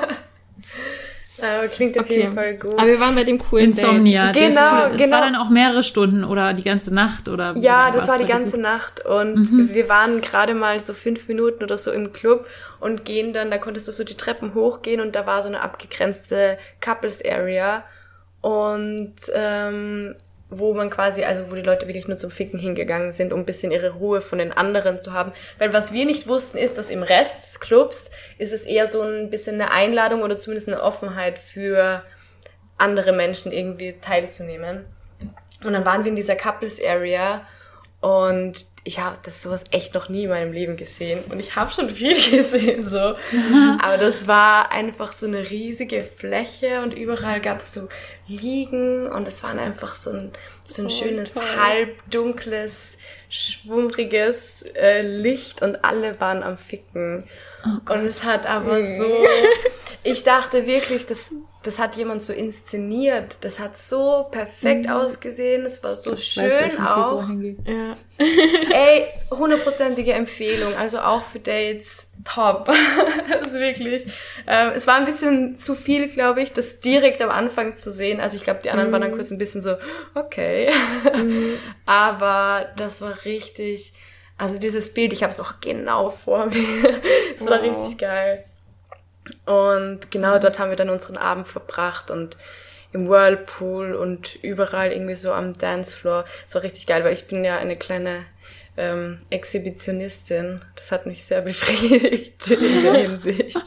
S1: Aber klingt auf
S4: Okay.
S1: jeden Fall gut.
S4: Aber wir waren bei dem coolen
S2: Insomnia.
S1: Genau,
S2: das ist cool. Es
S1: genau.
S2: war dann auch mehrere Stunden oder die ganze Nacht oder wie
S1: Ja,
S2: lange
S1: das war die
S2: bei dir
S1: ganze
S2: gut?
S1: Nacht und wir waren gerade mal so fünf Minuten oder so im Club und gehen dann, da konntest du so die Treppen hochgehen und da war so eine abgegrenzte Couples Area und ähm, wo man quasi, also wo die Leute wirklich nur zum Ficken hingegangen sind, um ein bisschen ihre Ruhe von den anderen zu haben. Weil was wir nicht wussten, ist, dass im Rest des Clubs ist es eher so ein bisschen eine Einladung oder zumindest eine Offenheit für andere Menschen irgendwie teilzunehmen. Und dann waren wir in dieser Couples Area und ich habe das sowas echt noch nie in meinem Leben gesehen. Und ich habe schon viel gesehen, so. Aber das war einfach so eine riesige Fläche und überall gab es so Liegen und es war einfach so ein, so ein schönes, halbdunkles, schwummriges äh, Licht und alle waren am Ficken. Und es hat aber so, ich dachte wirklich, das, das hat jemand so inszeniert. Das hat so perfekt ausgesehen, es war so
S2: Ich weiß, welchen
S1: schön
S2: Februar
S1: auch.
S2: hingeht.
S4: Ja.
S1: Ey, hundertprozentige Empfehlung, also auch für Dates top. Also wirklich. Ähm, es war ein bisschen zu viel, glaube ich, das direkt am Anfang zu sehen. Also ich glaube, die anderen waren dann kurz ein bisschen so, okay. Aber das war richtig, also dieses Bild, ich habe es auch genau vor mir. Es war
S4: Wow.
S1: richtig geil. Und genau dort haben wir dann unseren Abend verbracht und im Whirlpool und überall irgendwie so am Dancefloor. Es war richtig geil, weil ich bin ja eine kleine ähm, Exhibitionistin. Das hat mich sehr befriedigt in der Hinsicht.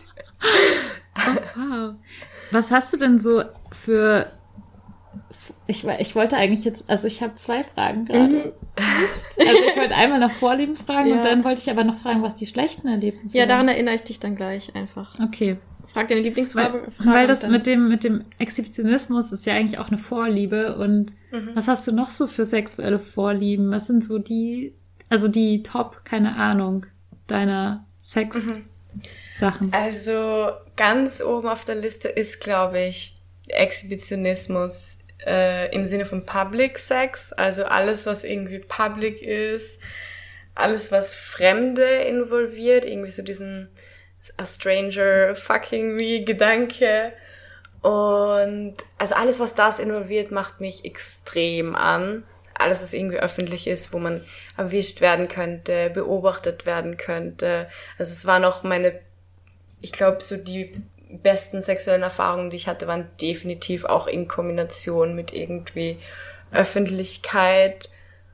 S2: Wow. Was hast du denn so für... Ich, ich wollte eigentlich jetzt... Also ich habe zwei Fragen gerade. Also ich wollte einmal nach Vorlieben fragen
S4: Ja.
S2: und dann wollte ich aber noch fragen, was die schlechten Erlebnisse
S4: Ja,
S2: waren.
S4: daran erinnere ich dich dann gleich einfach.
S2: Okay.
S4: Frag deine Lieblingsfarbe.
S2: Weil,
S4: Frage
S2: weil
S4: und
S2: das
S4: dann-
S2: mit dem, mit dem Exhibitionismus ist ja eigentlich auch eine Vorliebe. Und was hast du noch so für sexuelle Vorlieben? Was sind so die, also die Top, keine Ahnung, deiner Sex-Sachen?
S1: Also ganz oben auf der Liste ist, glaube ich, Exhibitionismus äh, im Sinne von Public Sex. Also alles, was irgendwie public ist, alles, was Fremde involviert, irgendwie so diesen a stranger fucking me Gedanke. Und also alles, was das involviert, macht mich extrem an. Alles, was irgendwie öffentlich ist, wo man erwischt werden könnte, beobachtet werden könnte. Also es waren auch meine, ich glaube, so die besten sexuellen Erfahrungen, die ich hatte, waren definitiv auch in Kombination mit irgendwie Öffentlichkeit.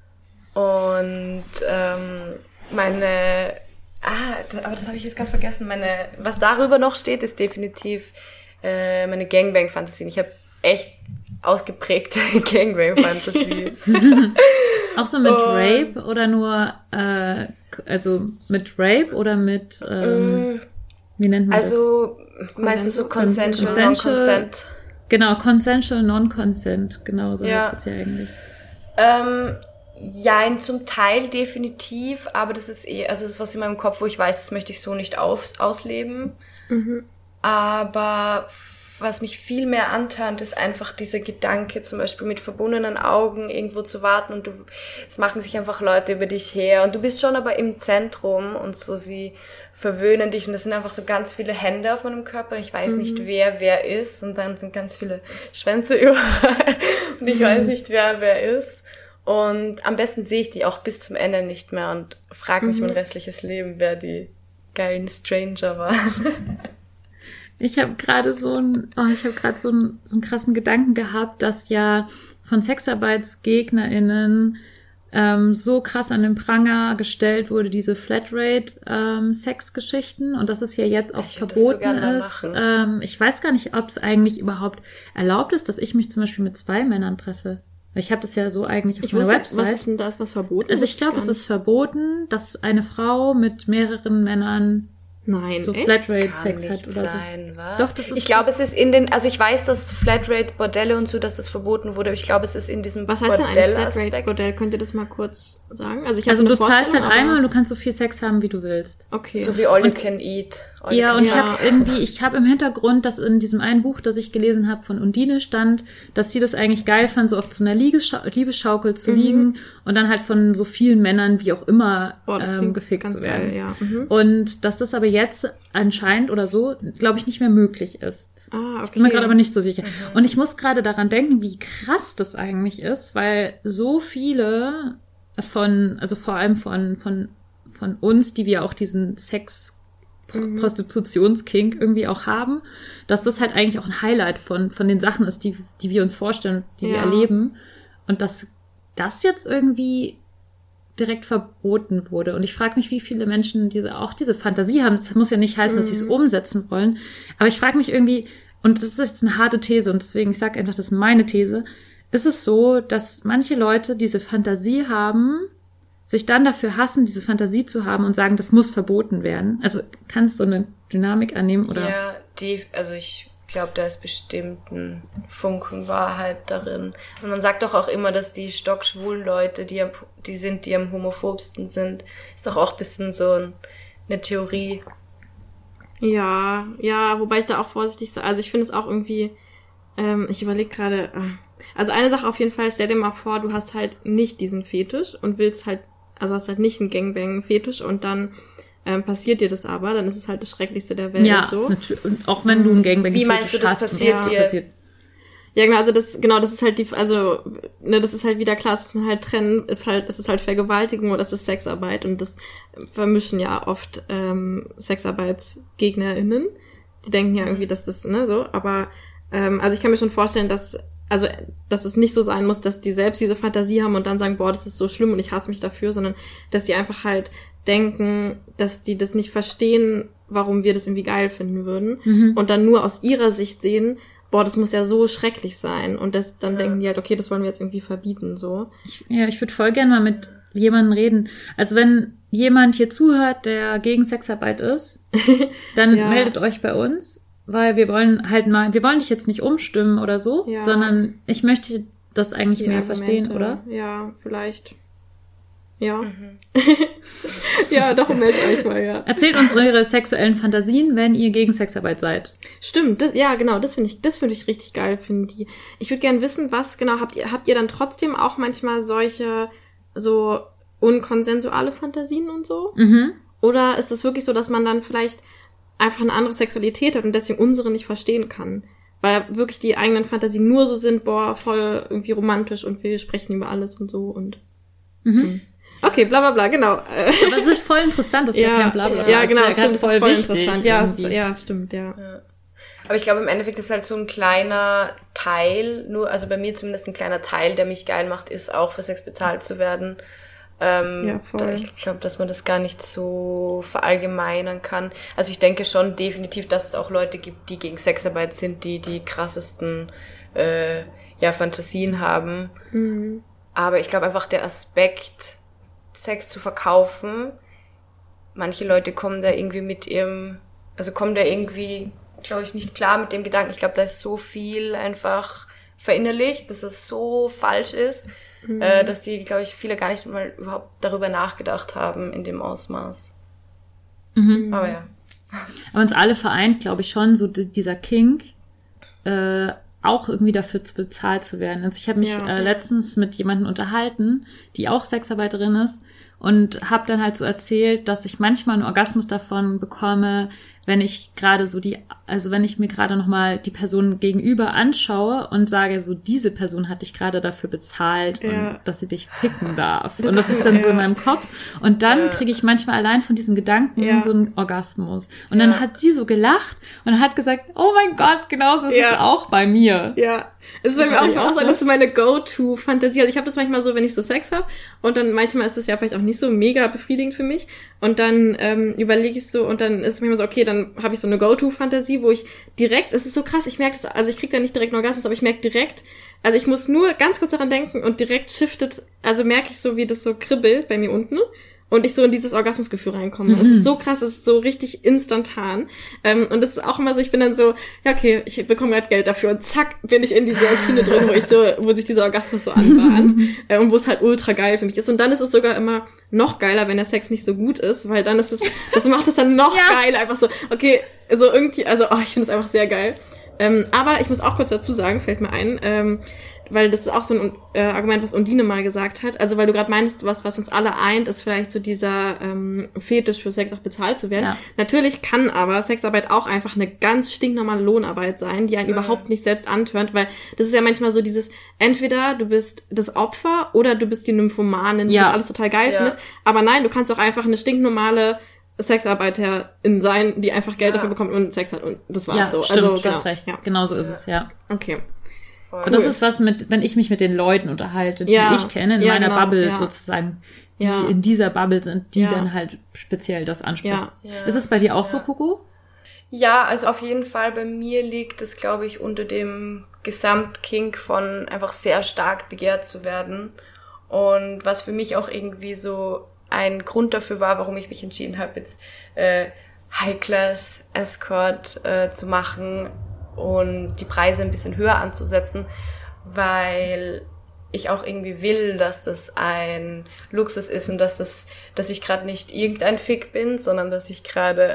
S1: Und ähm, meine, ah, aber das habe ich jetzt ganz vergessen. Meine, was darüber noch steht, ist definitiv äh, meine Gangbang-Fantasien. Ich habe echt ausgeprägte Gangbang-Fantasie.
S2: Auch so mit
S1: Und-
S2: Rape oder nur, äh, also mit Rape oder mit, ähm, wie nennt man das?
S1: Also meinst du so consensual,
S2: Consensual-
S1: non-consent?
S2: Genau, consensual non-consent, genau so
S1: Ja.
S2: heißt das ja eigentlich.
S1: Ähm, ja, zum Teil definitiv, aber das ist eh, also das ist was in meinem Kopf, wo ich weiß, das möchte ich so nicht auf, ausleben. Aber was mich viel mehr antörnt, ist einfach dieser Gedanke, zum Beispiel mit verbundenen Augen irgendwo zu warten und du, es machen sich einfach Leute über dich her und du bist schon aber im Zentrum und so, sie verwöhnen dich und das sind einfach so ganz viele Hände auf meinem Körper und ich weiß mhm. nicht, wer wer ist und dann sind ganz viele Schwänze überall und ich mhm. weiß nicht, wer wer ist und am besten sehe ich die auch bis zum Ende nicht mehr und frage mich mhm. mein restliches Leben, wer die geilen Stranger waren.
S2: Ich habe gerade so ein, oh, ich habe gerade so einen so einen krassen Gedanken gehabt, dass ja von SexarbeitsgegnerInnen ähm, so krass an den Pranger gestellt wurde, diese Flatrate-Sex-Geschichten ähm, und dass es ja jetzt auch
S1: ich
S2: verboten ist. Ähm, ich weiß gar nicht, ob es eigentlich überhaupt erlaubt ist, dass ich mich zum Beispiel mit zwei Männern treffe. Ich habe das ja so eigentlich auf
S4: ich
S2: meiner
S4: wusste,
S2: Website.
S4: Was ist denn das, was verboten ist?
S2: Also ich glaube, es ist verboten, dass eine Frau mit mehreren Männern
S4: Nein,
S2: so
S4: echt?
S2: Flatrate-Sex hat oder
S1: sein,
S2: so.
S1: Was?
S2: Doch, das ist
S1: ich glaube, es ist in den, also ich weiß, dass Flatrate-Bordelle und so, dass das verboten wurde, aber ich glaube, es ist in diesem
S4: Was heißt denn ein
S1: Bordell-Aspekt.
S4: Flatrate-Bordell? Könnt ihr das mal kurz sagen? Also, ich hab
S2: also
S4: so eine
S2: du zahlst halt
S4: Vorstellung,
S2: einmal und
S4: aber-
S2: du kannst so viel Sex haben, wie du willst.
S4: Okay.
S1: So wie All You Can Eat. All
S2: Ja,
S1: you
S2: und
S1: can
S2: ich
S4: Ja.
S2: habe irgendwie, ich habe im Hintergrund, dass in diesem einen Buch, das ich gelesen habe von Undine stand, dass sie das eigentlich geil fand, so auf so einer Liegeschau- Liebesschaukel zu
S4: Mhm.
S2: liegen und dann halt von so vielen Männern, wie auch immer,
S4: Boah, das
S2: ähm,
S4: klingt
S2: gefickt
S4: ganz
S2: zu werden.
S4: geil, ja. Mhm.
S2: Und dass das aber jetzt anscheinend oder so, glaube ich, nicht mehr möglich ist.
S4: Ah, okay.
S2: Ich bin mir gerade aber nicht so sicher. Und ich muss gerade daran denken, wie krass das eigentlich ist, weil so viele von, also vor allem von, von, von uns, die wir auch diesen Sex
S4: Mhm.
S2: Prostitutionskink irgendwie auch haben, dass das halt eigentlich auch ein Highlight von, von den Sachen ist, die, die wir uns vorstellen, die wir
S4: Ja.
S2: erleben. Und dass das jetzt irgendwie direkt verboten wurde. Und ich frage mich, wie viele Menschen diese auch diese Fantasie haben. Das muss ja nicht heißen, dass sie es
S4: Mhm.
S2: umsetzen wollen. Aber ich frage mich irgendwie, und das ist jetzt eine harte These und deswegen, ich sage einfach, das ist meine These, ist es so, dass manche Leute diese Fantasie haben, sich dann dafür hassen, diese Fantasie zu haben und sagen, das muss verboten werden. Also kannst du eine Dynamik annehmen oder?
S1: Ja, die, also ich glaube, da ist bestimmt ein Funken Wahrheit darin. Und man sagt doch auch immer, dass die stockschwulen Leute, die, am, die sind, die am homophobsten sind, ist doch auch ein bisschen so ein, eine Theorie.
S4: Ja, ja, wobei ich da auch vorsichtig sei. Also ich finde es auch irgendwie, ähm, ich überlege gerade, äh, also eine Sache auf jeden Fall, stell dir mal vor, du hast halt nicht diesen Fetisch und willst halt, also hast halt nicht einen Gangbang-Fetisch und dann ähm, passiert dir das aber, dann ist es halt das Schrecklichste der Welt
S2: Ja,
S4: so.
S2: natürlich. Und auch wenn du ein Gangbang
S1: Wie meinst du, das
S2: hast,
S1: passiert
S2: ja,
S1: dir?
S2: passiert.
S4: Ja, genau, also das, genau, das ist halt die, also, ne, das ist halt wieder klar, das muss man halt trennen, ist halt, das ist halt Vergewaltigung oder das ist Sexarbeit und das vermischen ja oft ähm, SexarbeitsgegnerInnen. Die denken ja irgendwie, dass das, ne, so, aber, ähm, also ich kann mir schon vorstellen, dass, also, dass es nicht so sein muss, dass die selbst diese Fantasie haben und dann sagen, boah, das ist so schlimm und ich hasse mich dafür, sondern, dass die einfach halt denken, dass die das nicht verstehen, warum wir das irgendwie geil finden würden
S2: Mhm.
S4: und dann nur aus ihrer Sicht sehen, boah, das muss ja so schrecklich sein. Und das, dann denken die halt, okay, das wollen wir jetzt irgendwie verbieten, so.
S2: Ich, ja, ich würde voll gerne mal mit jemandem reden. Also wenn jemand hier zuhört, der gegen Sexarbeit ist, dann
S4: Ja.
S2: meldet euch bei uns, weil wir wollen halt mal, wir wollen dich jetzt nicht umstimmen oder so,
S4: Ja.
S2: sondern ich möchte das eigentlich
S4: Die
S2: mehr
S4: Argumente.
S2: verstehen, oder?
S4: Ja, vielleicht. Ja. Ja, doch, meldet euch mal, ja.
S2: Erzählt uns eure sexuellen Fantasien, wenn ihr gegen Sexarbeit seid.
S4: Stimmt, das, ja, genau, das finde ich, das finde ich richtig geil, finde ich. Ich würde gerne wissen, was genau, habt ihr, habt ihr dann trotzdem auch manchmal solche, so unkonsensuale Fantasien und so?
S2: Mhm.
S4: Oder ist es wirklich so, dass man dann vielleicht einfach eine andere Sexualität hat und deswegen unsere nicht verstehen kann? Weil wirklich die eigenen Fantasien nur so sind, boah, voll irgendwie romantisch und wir sprechen über alles und so und.
S2: Mhm.
S4: Okay, bla bla bla, genau.
S2: Aber es ist voll interessant, das ist ja, kein Blabla.
S4: Ja,
S2: Das
S4: genau,
S2: ist ja
S4: stimmt, das
S2: grad
S4: ist voll
S2: wichtig
S4: interessant. Ja, es,
S2: irgendwie.
S4: ja, stimmt, ja.
S1: Aber ich glaube, im Endeffekt ist halt so ein kleiner Teil, nur, also bei mir zumindest ein kleiner Teil, der mich geil macht, ist auch für Sex bezahlt zu werden. Ähm,
S4: Ja, voll.
S1: da- Ich glaube, dass man das gar nicht so verallgemeinern kann. Also ich denke schon definitiv, dass es auch Leute gibt, die gegen Sexarbeit sind, die die krassesten äh, ja, Fantasien haben.
S4: Mhm.
S1: Aber ich glaube einfach der Aspekt, Sex zu verkaufen, manche Leute kommen da irgendwie mit ihrem, also kommen da irgendwie, glaube ich, nicht klar mit dem Gedanken. Ich glaube, da ist so viel einfach verinnerlicht, dass es so falsch ist,
S4: Mhm.
S1: äh, dass die, glaube ich, viele gar nicht mal überhaupt darüber nachgedacht haben in dem Ausmaß.
S2: Mhm.
S1: Aber ja.
S2: Aber uns alle vereint, glaube ich, schon so di- dieser Kink. äh, auch irgendwie dafür zu bezahlt zu werden. Also ich habe mich
S4: Ja.
S2: äh, letztens mit jemandem unterhalten, die auch Sexarbeiterin ist, und habe dann halt so erzählt, dass ich manchmal einen Orgasmus davon bekomme, wenn ich gerade so die, also wenn ich mir gerade nochmal die Person gegenüber anschaue und sage, so diese Person hat dich gerade dafür bezahlt,
S4: Ja.
S2: und dass sie dich ficken darf.
S4: Das
S2: und das
S4: ist-
S2: ist dann so
S4: ja.
S2: in meinem Kopf. Und dann
S1: Ja.
S2: kriege ich manchmal allein von diesem Gedanken
S4: Ja.
S2: so einen Orgasmus. Und
S1: Ja.
S2: dann hat sie so gelacht und hat gesagt, oh mein Gott, genauso ist
S4: Ja.
S2: es auch bei mir.
S4: Ja, es ist bei mir
S2: Kann
S4: auch,
S2: ich
S4: ich
S2: auch
S4: auch sagen,
S2: sagen.
S4: das ist meine Go-To-Fantasie. Also ich habe das manchmal so, wenn ich so Sex habe und dann manchmal ist es ja vielleicht auch nicht so mega befriedigend für mich und dann ähm, überlege ich so und dann ist es manchmal so, okay, dann habe ich so eine Go-To-Fantasie, wo ich direkt, es ist so krass, ich merke das, also ich kriege da nicht direkt einen Orgasmus, aber ich merke direkt, also ich muss nur ganz kurz daran denken und direkt shiftet, also merke ich so, wie das so kribbelt bei mir unten. Und ich so in dieses Orgasmusgefühl reinkomme. Es ist so krass, es ist so richtig instantan. Ähm, und das ist auch immer so, ich bin dann so, ja okay, ich bekomme gerade Geld dafür und zack, bin ich in dieser Schiene drin, wo ich so, wo sich dieser Orgasmus so anbahnt äh, und wo es halt ultra geil für mich ist. Und dann ist es sogar immer noch geiler, wenn der Sex nicht so gut ist, weil dann ist es, das macht es dann noch
S2: Ja.
S4: geiler. Einfach so, okay, so irgendwie, also oh, ich finde es einfach sehr geil. Ähm, aber ich muss auch kurz dazu sagen, fällt mir ein, ähm, weil das ist auch so ein äh, Argument, was Undine mal gesagt hat. Also weil du gerade meinst, was was uns alle eint, ist vielleicht so dieser ähm, Fetisch für Sex auch bezahlt zu werden.
S2: Ja.
S4: Natürlich kann aber Sexarbeit auch einfach eine ganz stinknormale Lohnarbeit sein, die einen
S1: Mhm.
S4: überhaupt nicht selbst antörnt, weil das ist ja manchmal so dieses, entweder du bist das Opfer oder du bist die Nymphomanin, die
S2: Ja.
S4: das alles total geil
S1: Ja.
S4: findet. Aber nein, du kannst auch einfach eine stinknormale Sexarbeiterin sein, die einfach Geld
S1: Ja.
S4: dafür bekommt und Sex hat und das war's
S2: Ja,
S4: so.
S2: stimmt,
S4: also
S2: du
S4: genau.
S2: hast recht.
S4: Ja.
S2: Genau so ist es, ja.
S4: Okay.
S1: Voll.
S2: Und das ist was mit, wenn ich mich mit den Leuten unterhalte, die
S4: Ja.
S2: ich kenne, in
S4: Ja,
S2: meiner
S4: genau,
S2: Bubble
S4: ja.
S2: sozusagen, die
S4: Ja.
S2: in dieser Bubble sind, die
S4: Ja.
S2: dann halt speziell das ansprechen.
S4: Ja.
S1: Ja.
S2: Ist es bei dir auch so,
S1: Ja.
S2: Coco?
S1: Ja, also auf jeden Fall bei mir liegt es, glaube ich, unter dem Gesamtkink von einfach sehr stark begehrt zu werden. Und was für mich auch irgendwie so ein Grund dafür war, warum ich mich entschieden habe, jetzt äh, High-Class Escort äh, zu machen und die Preise ein bisschen höher anzusetzen, weil ich auch irgendwie will, dass das ein Luxus ist und dass das, dass ich gerade nicht irgendein Fick bin, sondern dass ich gerade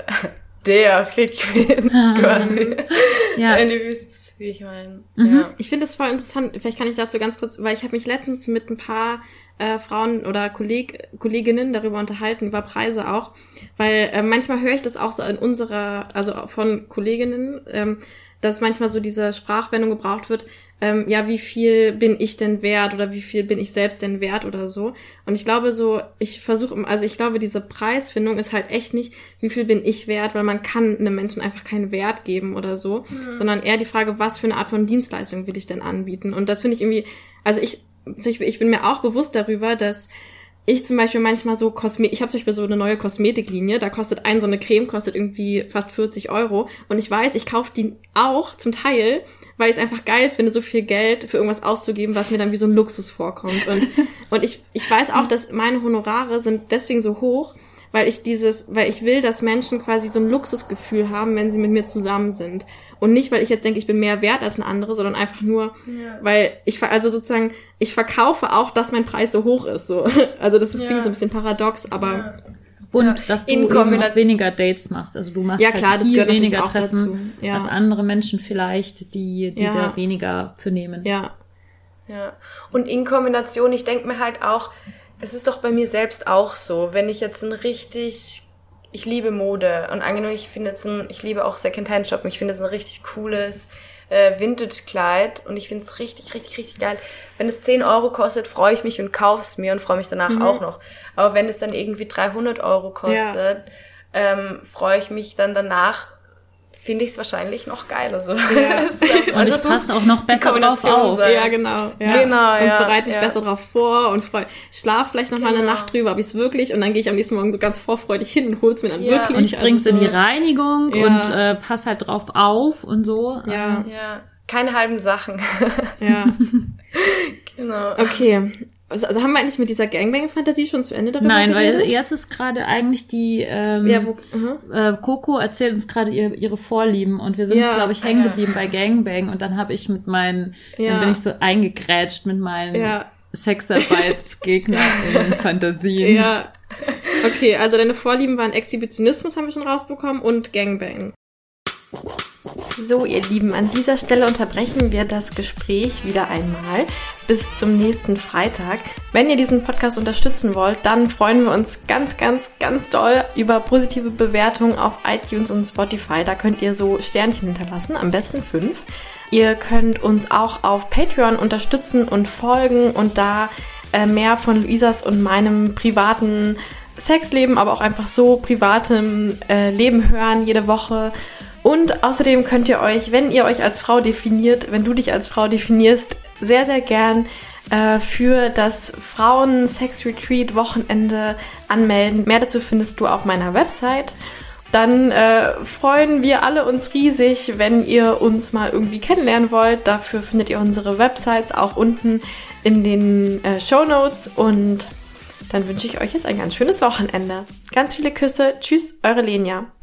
S1: der Fick bin, quasi.
S2: Ja.
S1: Wenn ihr wisst, wie ich meine.
S2: Mhm.
S1: Ja.
S4: Ich finde das voll interessant. Vielleicht kann ich dazu ganz kurz, weil ich habe mich letztens mit ein paar äh, Frauen oder Kolleg, Kolleginnen darüber unterhalten, über Preise auch, weil äh, manchmal höre ich das auch so in unserer, also von Kolleginnen, ähm, dass manchmal so diese Sprachwendung gebraucht wird, ähm, ja, wie viel bin ich denn wert oder wie viel bin ich selbst denn wert oder so. Und ich glaube so, ich versuche, also ich glaube, diese Preisfindung ist halt echt nicht, wie viel bin ich wert, weil man kann einem Menschen einfach keinen Wert geben oder so, mhm. sondern eher die Frage, was für eine Art von Dienstleistung will ich denn anbieten. Und das finde ich irgendwie, also ich, ich bin mir auch bewusst darüber, dass ich zum Beispiel manchmal so Kosmetik, ich habe zum Beispiel so eine neue Kosmetiklinie, da kostet ein so eine Creme, kostet irgendwie fast vierzig Euro und ich weiß, ich kaufe die auch zum Teil, weil ich es einfach geil finde, so viel Geld für irgendwas auszugeben, was mir dann wie so ein Luxus vorkommt. Und und ich ich weiß auch, dass meine Honorare sind deswegen so hoch, weil ich dieses, weil ich will, dass Menschen quasi so ein Luxusgefühl haben, wenn sie mit mir zusammen sind. Und nicht, weil ich jetzt denke, ich bin mehr wert als eine andere, sondern einfach nur,
S1: Ja.
S4: weil ich, also sozusagen, ich verkaufe auch, dass mein Preis so hoch ist, so. Also das ist,
S1: Ja.
S4: klingt so ein bisschen paradox, aber
S1: Ja.
S2: Und
S1: Ja,
S2: dass du
S1: in
S2: eben
S1: Kombina-
S2: auch weniger Dates machst. Also du machst
S4: Ja, klar,
S2: halt
S4: das
S2: viel
S4: gehört natürlich
S2: weniger
S4: auch
S2: Treffen
S4: dazu. Ja.
S2: als andere Menschen vielleicht, die, die
S4: Ja.
S2: da weniger für nehmen.
S4: ja.
S1: Ja. Und in Kombination, ich denke mir halt auch, es ist doch bei mir selbst auch so, wenn ich jetzt ein richtig, ich liebe Mode und angenommen, ich finde jetzt ein, ich liebe auch Secondhand-Shoppen, ich finde jetzt ein richtig cooles äh, Vintage-Kleid und ich finde es richtig, richtig, richtig geil. Wenn es zehn Euro kostet, freue ich mich und kauf's mir und freue mich danach
S4: Mhm.
S1: auch noch. Aber wenn es dann irgendwie dreihundert Euro kostet, ähm, freue ich mich dann danach, finde ich es wahrscheinlich noch geiler. So.
S4: Ja.
S2: Und
S1: Also
S2: ich
S1: es
S2: passe
S1: muss
S2: auch noch
S1: die
S2: besser drauf
S1: Kombination
S2: auf.
S1: sein.
S4: Ja, genau. Ja.
S1: Genau,
S4: und
S1: ja,
S4: bereite mich
S1: ja.
S4: besser drauf vor und freu, schlaf vielleicht noch mal eine
S1: Genau.
S4: Nacht drüber, ob ich es wirklich, und dann gehe ich am nächsten Morgen so ganz vorfreudig hin und hol's mir dann
S1: Ja.
S4: wirklich.
S2: Und ich bring's
S4: also
S2: in die
S4: so-
S2: Reinigung
S4: Ja.
S2: und äh, pass halt drauf auf und so.
S4: Ja,
S1: Ja, keine halben Sachen.
S4: ja.
S1: Genau.
S4: Okay. Also, also haben wir eigentlich mit dieser Gangbang-Fantasie schon zu Ende darüber
S2: Nein,
S4: geredet?
S2: weil jetzt ist gerade eigentlich die ähm,
S4: Ja, wo, aha.
S2: äh, Coco erzählt uns gerade ihr, ihre Vorlieben und wir sind,
S4: Ja,
S2: glaube ich, hängen
S1: ja.
S2: geblieben bei Gangbang und dann habe ich mit meinen,
S4: Ja.
S2: dann bin ich so eingegrätscht mit meinen
S4: Ja.
S2: Sexarbeitsgegner-Fantasien.
S4: Ja. Okay, also deine Vorlieben waren Exhibitionismus, haben wir schon rausbekommen, und Gangbang. So, ihr Lieben, an dieser Stelle unterbrechen wir das Gespräch wieder einmal bis zum nächsten Freitag. Wenn ihr diesen Podcast unterstützen wollt, dann freuen wir uns ganz, ganz, ganz doll über positive Bewertungen auf iTunes und Spotify. Da könnt ihr so Sternchen hinterlassen, am besten fünf. Ihr könnt uns auch auf Patreon unterstützen und folgen und da äh, mehr von Luisas und meinem privaten Sexleben, aber auch einfach so privatem äh, Leben hören jede Woche. Und außerdem könnt ihr euch, wenn ihr euch als Frau definiert, wenn du dich als Frau definierst, sehr, sehr gern äh, für das Frauen-Sex-Retreat-Wochenende anmelden. Mehr dazu findest du auf meiner Website. Dann äh, freuen wir alle uns riesig, wenn ihr uns mal irgendwie kennenlernen wollt. Dafür findet ihr unsere Websites auch unten in den äh, Shownotes. Und dann wünsche ich euch jetzt ein ganz schönes Wochenende. Ganz viele Küsse. Tschüss, eure Lenia.